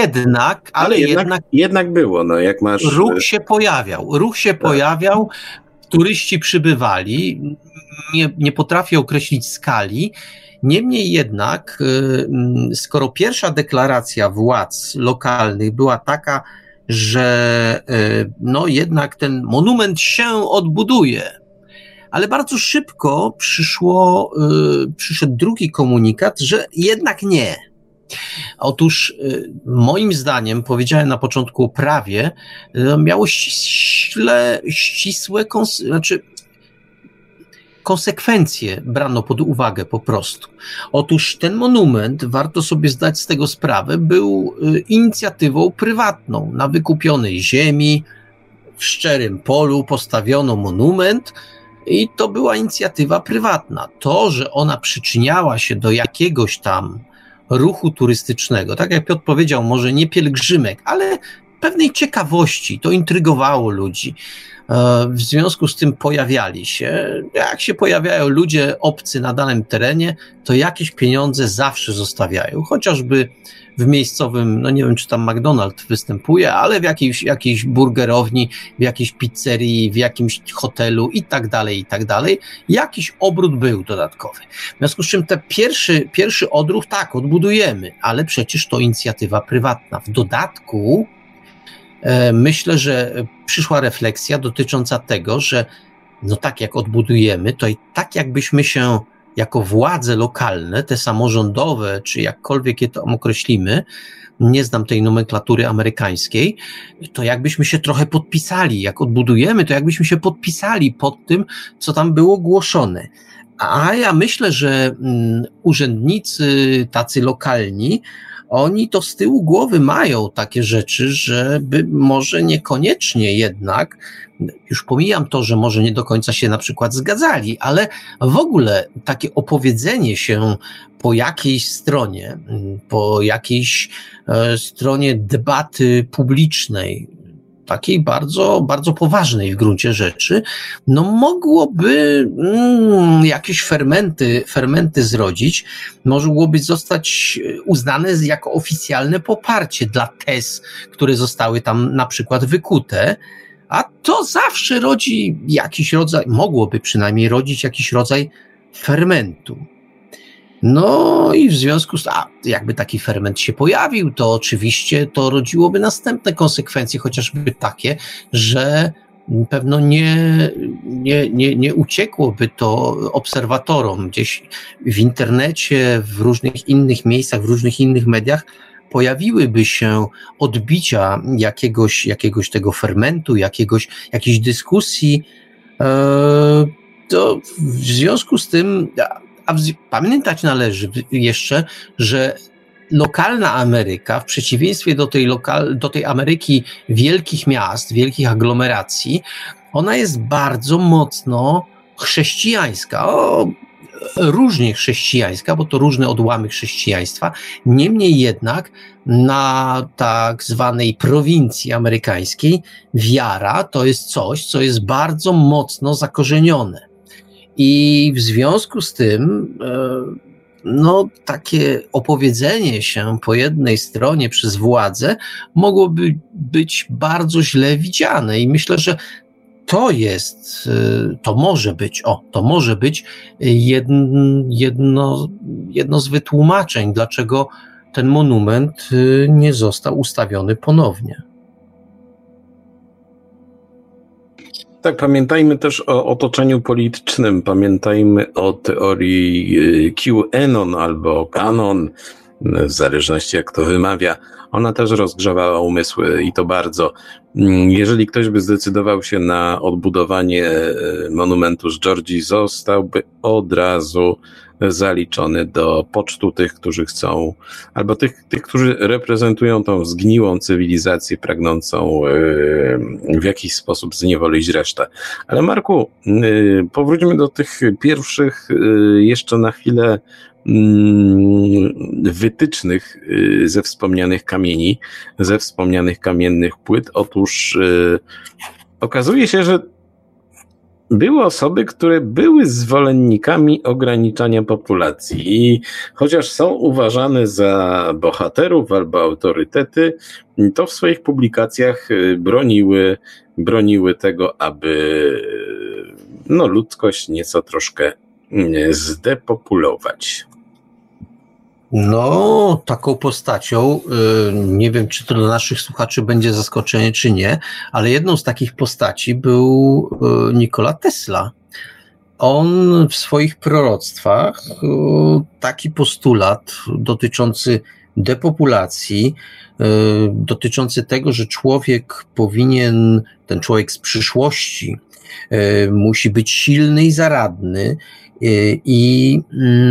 Speaker 2: Jednak było. No, jak masz...
Speaker 3: Ruch się pojawiał, turyści przybywali, nie potrafię określić skali. Niemniej jednak, skoro pierwsza deklaracja władz lokalnych była taka, że no jednak ten monument się odbuduje, ale bardzo szybko przyszedł drugi komunikat, że jednak nie. Otóż moim zdaniem, powiedziałem na początku o prawie, miało ścisłe konsekwencje brano pod uwagę po prostu. Otóż ten monument, warto sobie zdać z tego sprawę, był inicjatywą prywatną. Na wykupionej ziemi, w szczerym polu postawiono monument i to była inicjatywa prywatna. To, że ona przyczyniała się do jakiegoś tam ruchu turystycznego, tak jak Piotr powiedział, może nie pielgrzymek, ale pewnej ciekawości, to intrygowało ludzi. W związku z tym pojawiali się. Jak się pojawiają ludzie obcy na danym terenie, to jakieś pieniądze zawsze zostawiają. Chociażby w miejscowym, no nie wiem, czy tam McDonald's występuje, ale w jakiejś burgerowni, w jakiejś pizzerii, w jakimś hotelu i tak dalej. Jakiś obrót był dodatkowy. W związku z czym ten pierwszy odruch, tak, odbudujemy, ale przecież to inicjatywa prywatna. W dodatku myślę, że przyszła refleksja dotycząca tego, że no tak jak odbudujemy, to i tak jakbyśmy się jako władze lokalne, te samorządowe, czy jakkolwiek je tam określimy, nie znam tej nomenklatury amerykańskiej, to jakbyśmy się trochę podpisali. Jak odbudujemy, to jakbyśmy się podpisali pod tym, co tam było głoszone. A ja myślę, że urzędnicy tacy lokalni, oni to z tyłu głowy mają takie rzeczy, żeby może niekoniecznie jednak, już pomijam to, że może nie do końca się na przykład zgadzali, ale w ogóle takie opowiedzenie się po jakiejś stronie debaty publicznej, takiej bardzo, bardzo poważnej w gruncie rzeczy, no mogłoby jakieś fermenty zrodzić, mogłoby zostać uznane jako oficjalne poparcie dla tez, które zostały tam na przykład wykute, a to zawsze rodzi mogłoby przynajmniej rodzić jakiś rodzaj fermentu. No i w związku z tym, jakby taki ferment się pojawił, to oczywiście to rodziłoby następne konsekwencje, chociażby takie, że pewno nie uciekłoby to obserwatorom gdzieś w internecie, w różnych innych miejscach, w różnych innych mediach, pojawiłyby się odbicia jakiegoś tego fermentu, jakiejś dyskusji. To w związku z tym, pamiętać należy jeszcze, że lokalna Ameryka, w przeciwieństwie do tej Ameryki wielkich miast, wielkich aglomeracji, ona jest bardzo mocno chrześcijańska. Różnie chrześcijańska, bo to różne odłamy chrześcijaństwa. Niemniej jednak na tak zwanej prowincji amerykańskiej wiara to jest coś, co jest bardzo mocno zakorzenione. I w związku z tym takie opowiedzenie się po jednej stronie przez władzę mogłoby być bardzo źle widziane i myślę, że to może być jedno z wytłumaczeń, dlaczego ten monument nie został ustawiony ponownie.
Speaker 2: Tak, pamiętajmy też o otoczeniu politycznym, pamiętajmy o teorii QAnon albo Canon, w zależności jak to wymawia. Ona też rozgrzewała umysły i to bardzo. Jeżeli ktoś by zdecydował się na odbudowanie monumentu z Georgii, zostałby od razu zaliczony do pocztu tych, którzy chcą, albo tych, którzy reprezentują tą zgniłą cywilizację, pragnącą w jakiś sposób zniewolić resztę. Ale Marku, powróćmy do tych pierwszych jeszcze na chwilę wytycznych ze wspomnianych kamieni, ze wspomnianych kamiennych płyt. Otóż okazuje się, że były osoby, które były zwolennikami ograniczania populacji i chociaż są uważane za bohaterów albo autorytety, to w swoich publikacjach broniły tego, aby ludzkość nieco troszkę zdepopulować.
Speaker 3: No, taką postacią, nie wiem, czy to dla naszych słuchaczy będzie zaskoczenie, czy nie, ale jedną z takich postaci był Nikola Tesla. On w swoich proroctwach taki postulat dotyczący depopulacji, dotyczący tego, że ten człowiek z przyszłości musi być silny i zaradny, i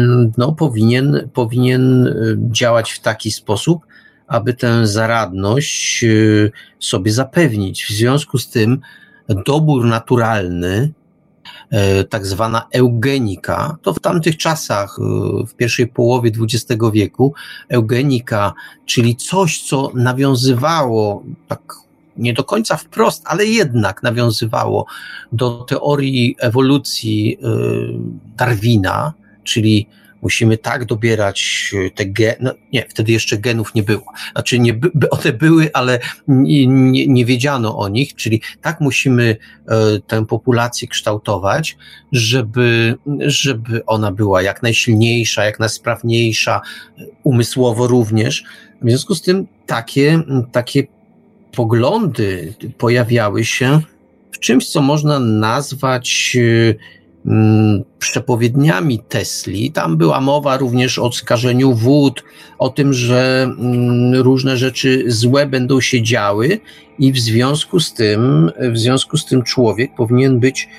Speaker 3: powinien działać w taki sposób, aby tę zaradność sobie zapewnić. W związku z tym dobór naturalny, tak zwana eugenika, to w tamtych czasach, w pierwszej połowie XX wieku, eugenika, czyli coś, co nawiązywało tak nie do końca wprost, ale jednak nawiązywało do teorii ewolucji Darwina, czyli musimy tak dobierać te geny, wtedy jeszcze genów nie było, znaczy one były, ale nie wiedziano o nich, czyli tak musimy tę populację kształtować, żeby ona była jak najsilniejsza, jak najsprawniejsza, umysłowo również. W związku z tym takie poglądy pojawiały się w czymś, co można nazwać przepowiedniami Tesli. Tam była mowa również o skażeniu wód, o tym, że różne rzeczy złe będą się działy i w związku z tym człowiek powinien być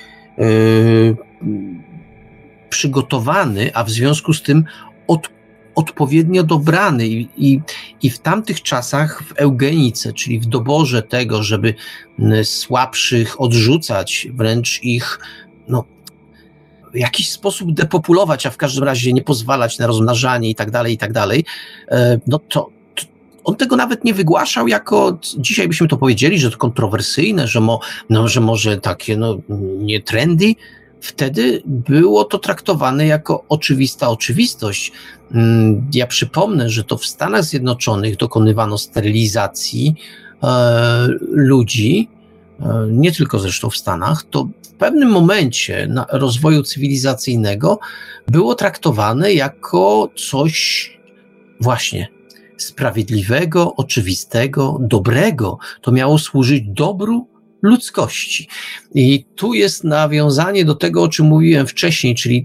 Speaker 3: przygotowany, a w związku z tym odpowiednio dobrany i w tamtych czasach w eugenice, czyli w doborze tego, żeby słabszych odrzucać, wręcz ich w jakiś sposób depopulować, a w każdym razie nie pozwalać na rozmnażanie i tak dalej, to on tego nawet nie wygłaszał jako, dzisiaj byśmy to powiedzieli, że to kontrowersyjne, że może takie nie trendy. Wtedy było to traktowane jako oczywista oczywistość. Ja przypomnę, że to w Stanach Zjednoczonych dokonywano sterylizacji ludzi, nie tylko zresztą w Stanach, to w pewnym momencie rozwoju cywilizacyjnego było traktowane jako coś właśnie sprawiedliwego, oczywistego, dobrego. To miało służyć dobru ludzkości. I tu jest nawiązanie do tego, o czym mówiłem wcześniej, czyli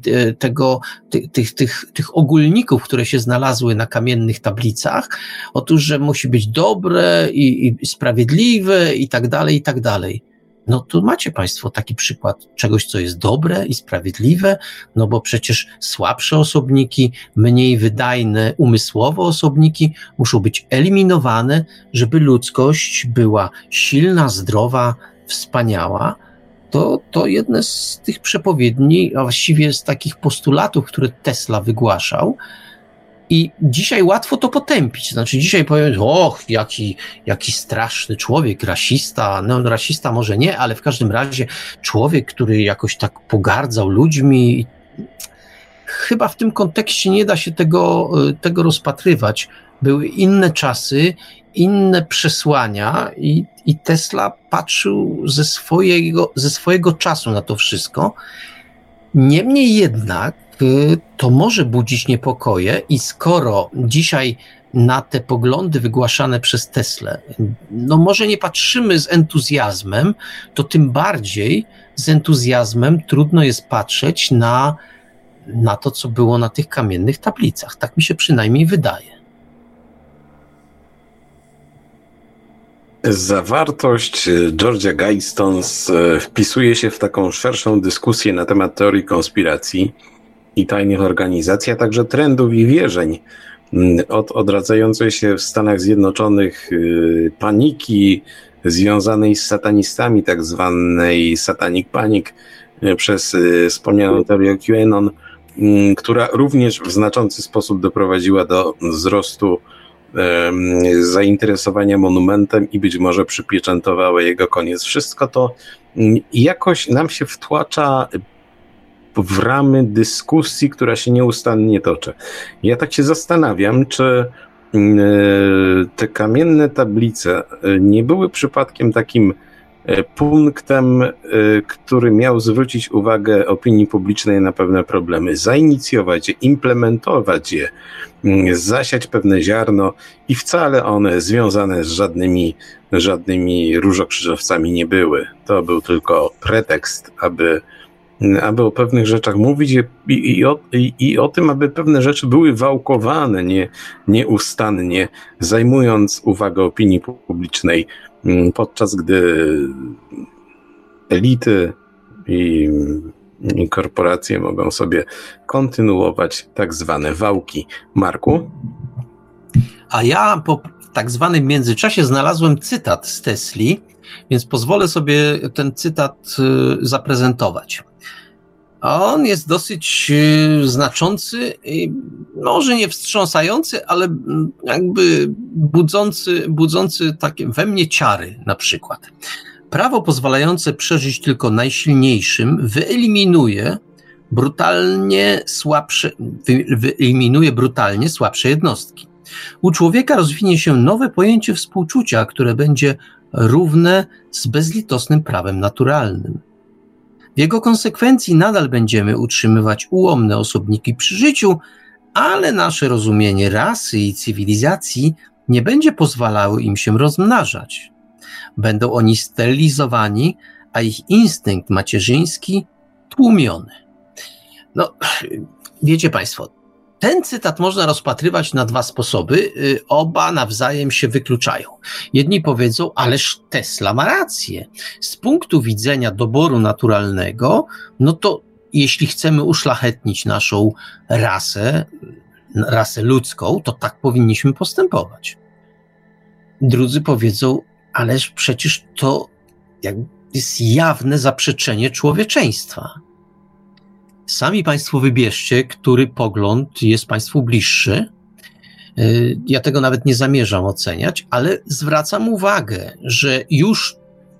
Speaker 3: tych ogólników, które się znalazły na kamiennych tablicach. Otóż, że musi być dobre i sprawiedliwe i tak dalej. No tu macie Państwo taki przykład czegoś, co jest dobre i sprawiedliwe, bo przecież słabsze osobniki, mniej wydajne umysłowo osobniki muszą być eliminowane, żeby ludzkość była silna, zdrowa, wspaniała. To jedne z tych przepowiedni, a właściwie z takich postulatów, które Tesla wygłaszał. I dzisiaj łatwo to potępić. Znaczy dzisiaj powiem, jaki straszny człowiek, rasista. Rasista może nie, ale w każdym razie człowiek, który jakoś tak pogardzał ludźmi. chyba w tym kontekście nie da się tego rozpatrywać. Były inne czasy, inne przesłania i Tesla patrzył ze swojego czasu na to wszystko. Niemniej jednak to może budzić niepokoje i skoro dzisiaj na te poglądy wygłaszane przez Teslę, no może nie patrzymy z entuzjazmem, to tym bardziej z entuzjazmem trudno jest patrzeć na to, co było na tych kamiennych tablicach. Tak mi się przynajmniej wydaje.
Speaker 2: Zawartość Georgia Guidestones wpisuje się w taką szerszą dyskusję na temat teorii konspiracji i tajnych organizacji, a także trendów i wierzeń od odradzającej się w Stanach Zjednoczonych paniki związanej z satanistami, tak zwanej satanic panic przez wspomnianą teorię QAnon, która również w znaczący sposób doprowadziła do wzrostu zainteresowania monumentem i być może przypieczętowało jego koniec. Wszystko to jakoś nam się wtłacza w ramy dyskusji, która się nieustannie toczy. Ja tak się zastanawiam, czy te kamienne tablice nie były przypadkiem takim punktem, który miał zwrócić uwagę opinii publicznej na pewne problemy, zainicjować je, implementować je, zasiać pewne ziarno i wcale one związane z żadnymi różokrzyżowcami nie były. To był tylko pretekst, aby o pewnych rzeczach mówić i o tym, aby pewne rzeczy były wałkowane nieustannie, zajmując uwagę opinii publicznej, podczas gdy elity i korporacje mogą sobie kontynuować tak zwane wałki. Marku?
Speaker 3: A ja po tak zwanym międzyczasie znalazłem cytat z Tesli, więc pozwolę sobie ten cytat zaprezentować. On jest dosyć znaczący, może nie wstrząsający, ale jakby budzący takie we mnie ciary na przykład. Prawo pozwalające przeżyć tylko najsilniejszym wyeliminuje brutalnie słabsze jednostki. U człowieka rozwinie się nowe pojęcie współczucia, które będzie równe z bezlitosnym prawem naturalnym. W jego konsekwencji nadal będziemy utrzymywać ułomne osobniki przy życiu, ale nasze rozumienie rasy i cywilizacji nie będzie pozwalało im się rozmnażać. Będą oni sterylizowani, a ich instynkt macierzyński tłumiony. No, wiecie Państwo, ten cytat można rozpatrywać na dwa sposoby, oba nawzajem się wykluczają. Jedni powiedzą, ależ Tesla ma rację. Z punktu widzenia doboru naturalnego, no to jeśli chcemy uszlachetnić naszą rasę ludzką, to tak powinniśmy postępować. Drudzy powiedzą, ależ przecież to jest jawne zaprzeczenie człowieczeństwa. Sami Państwo wybierzcie, który pogląd jest Państwu bliższy. Ja tego nawet nie zamierzam oceniać, ale zwracam uwagę, że już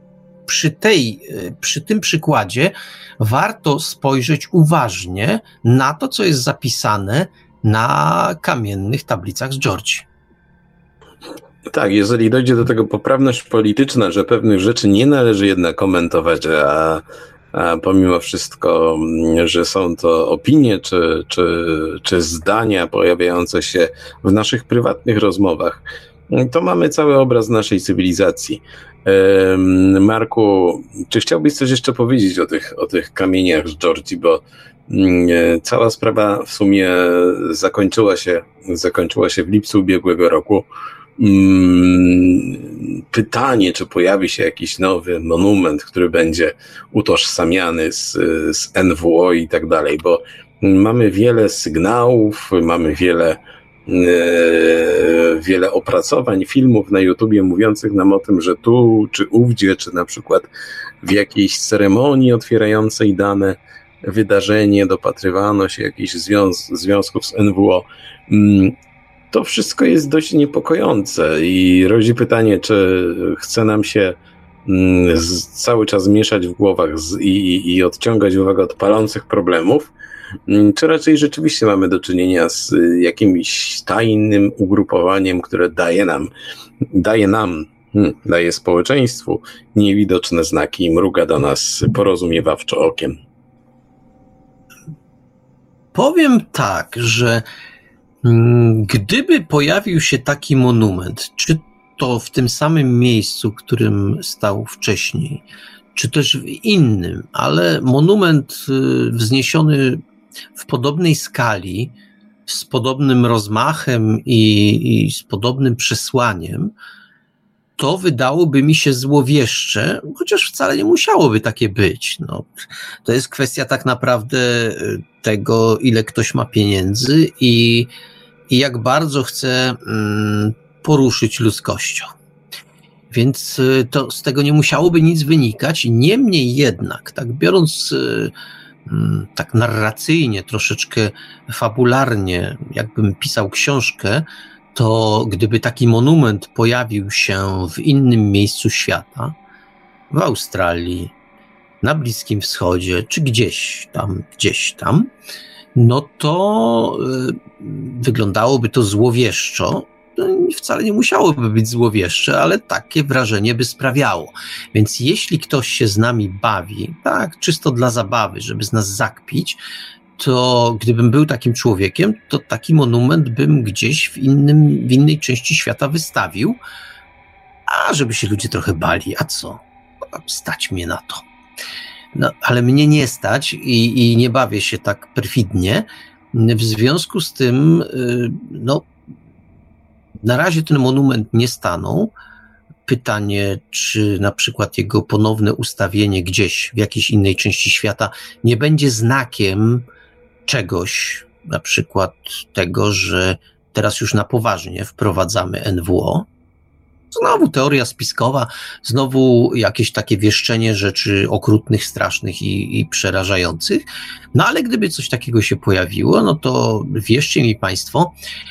Speaker 3: przy tym przykładzie warto spojrzeć uważnie na to, co jest zapisane na kamiennych tablicach z Georgii.
Speaker 2: Tak, jeżeli dojdzie do tego poprawność polityczna, że pewnych rzeczy nie należy jednak komentować, a pomimo wszystko, że są to opinie czy zdania pojawiające się w naszych prywatnych rozmowach, to mamy cały obraz naszej cywilizacji. Marku, czy chciałbyś coś jeszcze powiedzieć o tych kamieniach z Georgii, bo cała sprawa w sumie zakończyła się w lipcu ubiegłego roku. Pytanie, czy pojawi się jakiś nowy monument, który będzie utożsamiany z NWO i tak dalej, bo mamy wiele sygnałów, mamy wiele opracowań, filmów na YouTubie mówiących nam o tym, że tu czy ówdzie, czy na przykład w jakiejś ceremonii otwierającej dane wydarzenie dopatrywano się jakichś związków z NWO. To wszystko jest dość niepokojące i rodzi pytanie, czy chce nam się cały czas mieszać w głowach i odciągać uwagę od palących problemów, czy raczej rzeczywiście mamy do czynienia z jakimś tajnym ugrupowaniem, które daje społeczeństwu niewidoczne znaki i mruga do nas porozumiewawczo okiem?
Speaker 3: Powiem tak, że gdyby pojawił się taki monument, czy to w tym samym miejscu, w którym stał wcześniej, czy też w innym, ale monument wzniesiony w podobnej skali, z podobnym rozmachem i z podobnym przesłaniem, to wydałoby mi się złowieszcze, chociaż wcale nie musiałoby takie być. No, to jest kwestia tak naprawdę tego, ile ktoś ma pieniędzy i jak bardzo chce poruszyć ludzkością. Więc to z tego nie musiałoby nic wynikać. Niemniej jednak, tak biorąc tak narracyjnie, troszeczkę fabularnie, jakbym pisał książkę, to gdyby taki monument pojawił się w innym miejscu świata, w Australii, na Bliskim Wschodzie, czy gdzieś tam, no to wyglądałoby to złowieszczo. Wcale nie musiałoby być złowieszcze, ale takie wrażenie by sprawiało. Więc jeśli ktoś się z nami bawi, tak, czysto dla zabawy, żeby z nas zakpić, to gdybym był takim człowiekiem, to taki monument bym gdzieś w innej części świata wystawił, a żeby się ludzie trochę bali, a co? Stać mnie na to. No, ale mnie nie stać i nie bawię się tak perfidnie. W związku z tym, no, na razie ten monument nie stanął. Pytanie, czy na przykład jego ponowne ustawienie gdzieś w jakiejś innej części świata nie będzie znakiem czegoś, na przykład tego, że teraz już na poważnie wprowadzamy NWO. Znowu teoria spiskowa, znowu jakieś takie wieszczenie rzeczy okrutnych, strasznych i przerażających. No ale gdyby coś takiego się pojawiło, no to wierzcie mi Państwo,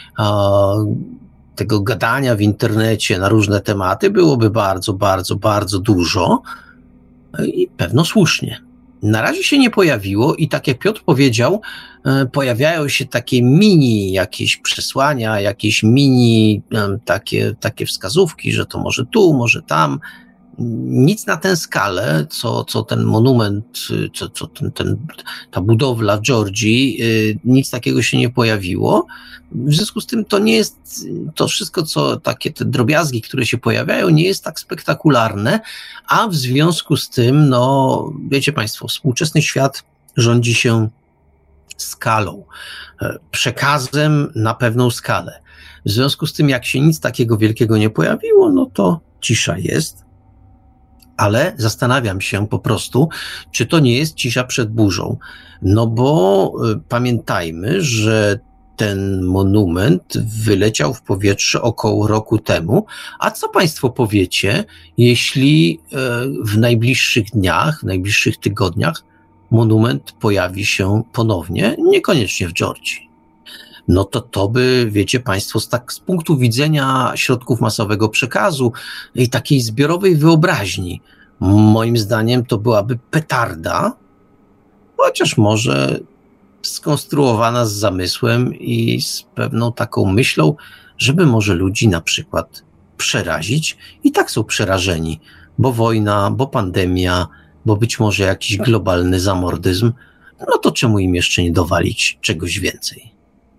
Speaker 3: tego gadania w internecie na różne tematy byłoby bardzo, bardzo, bardzo dużo i pewno słusznie. Na razie się nie pojawiło i tak jak Piotr powiedział, pojawiają się takie mini jakieś przesłania, jakieś mini takie wskazówki, że to może tu, może tam. Nic na tę skalę, co ten monument, co ta budowla w Georgii, nic takiego się nie pojawiło. W związku z tym to nie jest, to wszystko, co takie te drobiazgi, które się pojawiają, nie jest tak spektakularne, a w związku z tym, no wiecie Państwo, współczesny świat rządzi się skalą, przekazem na pewną skalę. W związku z tym, jak się nic takiego wielkiego nie pojawiło, no to cisza jest. Ale zastanawiam się po prostu, czy to nie jest cisza przed burzą. No bo pamiętajmy, że ten monument wyleciał w powietrze około roku temu. A co Państwo powiecie, jeśli w najbliższych dniach, w najbliższych tygodniach monument pojawi się ponownie, niekoniecznie w Georgii? No to by, wiecie Państwo, z punktu widzenia środków masowego przekazu i takiej zbiorowej wyobraźni, moim zdaniem to byłaby petarda, chociaż może skonstruowana z zamysłem i z pewną taką myślą, żeby może ludzi na przykład przerazić. I tak są przerażeni, bo wojna, bo pandemia, bo być może jakiś globalny zamordyzm, no to czemu im jeszcze nie dowalić czegoś więcej?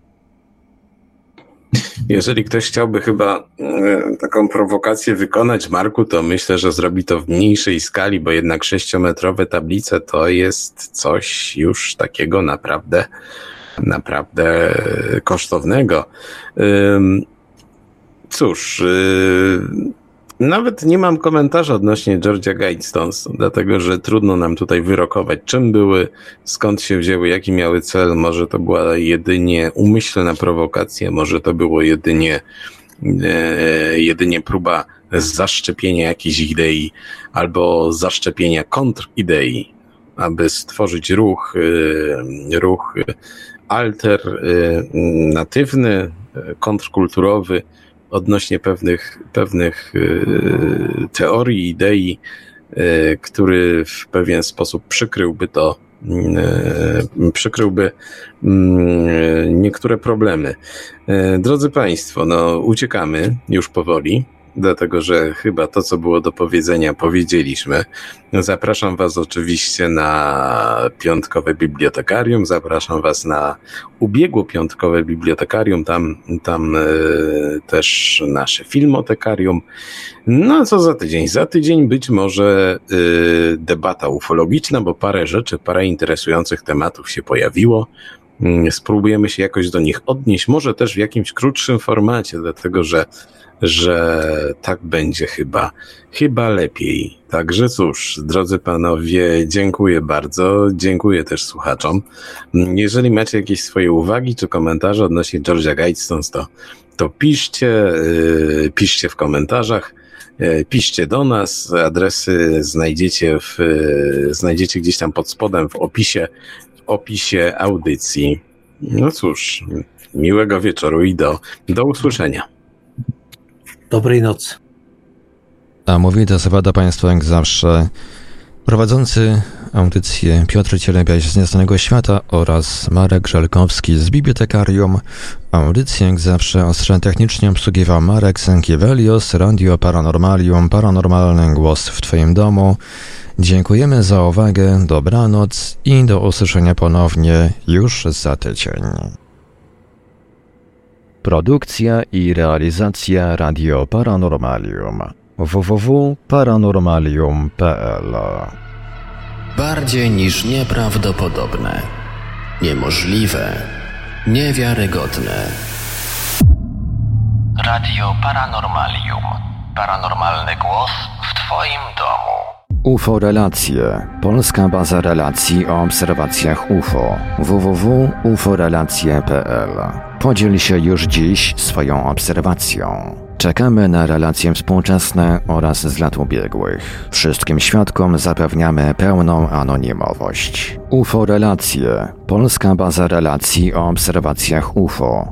Speaker 2: Jeżeli ktoś chciałby chyba taką prowokację wykonać, Marku, to myślę, że zrobi to w mniejszej skali, bo jednak 6-metrowe tablice to jest coś już takiego naprawdę kosztownego. Cóż, nawet nie mam komentarza odnośnie Georgia Guidestones, dlatego że trudno nam tutaj wyrokować, czym były, skąd się wzięły, jaki miały cel. Może to była jedynie umyślna prowokacja, może to było jedynie próba zaszczepienia jakiejś idei albo zaszczepienia kontridei, aby stworzyć ruch alternatywny, kontrkulturowy, odnośnie pewnych teorii, idei, który w pewien sposób przykryłby niektóre problemy. Drodzy Państwo, no uciekamy już powoli, dlatego że chyba to, co było do powiedzenia, powiedzieliśmy. Zapraszam Was oczywiście na piątkowe bibliotekarium, zapraszam Was na ubiegłopiątkowe bibliotekarium, tam też nasze filmotekarium. No a co za tydzień? Za tydzień być może debata ufologiczna, bo parę interesujących tematów się pojawiło. Spróbujemy się jakoś do nich odnieść, może też w jakimś krótszym formacie, dlatego że tak będzie chyba lepiej. Także cóż, drodzy panowie, dziękuję bardzo, dziękuję też słuchaczom. Jeżeli macie jakieś swoje uwagi czy komentarze odnośnie George'a Guidestones, to piszcie w komentarzach, piszcie do nas, adresy znajdziecie gdzieś tam pod spodem w opisie audycji. No cóż, miłego wieczoru i do usłyszenia.
Speaker 3: Dobrej nocy.
Speaker 1: A mówi do zawada Państwa jak zawsze prowadzący audycję Piotr Cielebiaś z Nieznanego Świata oraz Marek Żelkowski z Bibliotekarium. Audycję jak zawsze ostrze technicznie obsługiwał Marek Sękiewelios, Radio Paranormalium, paranormalny głos w Twoim domu. Dziękujemy za uwagę, dobranoc i do usłyszenia ponownie już za tydzień. Produkcja i realizacja Radio Paranormalium. www.paranormalium.pl.
Speaker 4: Bardziej niż nieprawdopodobne, niemożliwe, niewiarygodne. Radio Paranormalium. Paranormalny głos w Twoim domu.
Speaker 1: UFO Relacje. Polska baza relacji o obserwacjach UFO. www.uforelacje.pl. Podziel się już dziś swoją obserwacją. Czekamy na relacje współczesne oraz z lat ubiegłych. Wszystkim świadkom zapewniamy pełną anonimowość. UFO Relacje. Polska baza relacji o obserwacjach UFO.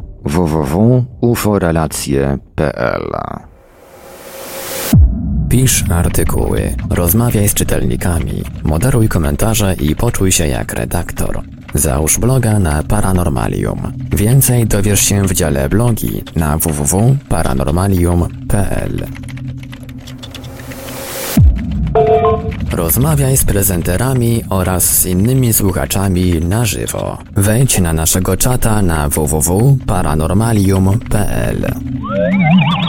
Speaker 1: www.uforelacje.pl.
Speaker 4: Pisz artykuły, rozmawiaj z czytelnikami, moderuj komentarze i poczuj się jak redaktor. Załóż bloga na Paranormalium. Więcej dowiesz się w dziale blogi na www.paranormalium.pl. Rozmawiaj z prezenterami oraz z innymi słuchaczami na żywo. Wejdź na naszego czata na www.paranormalium.pl.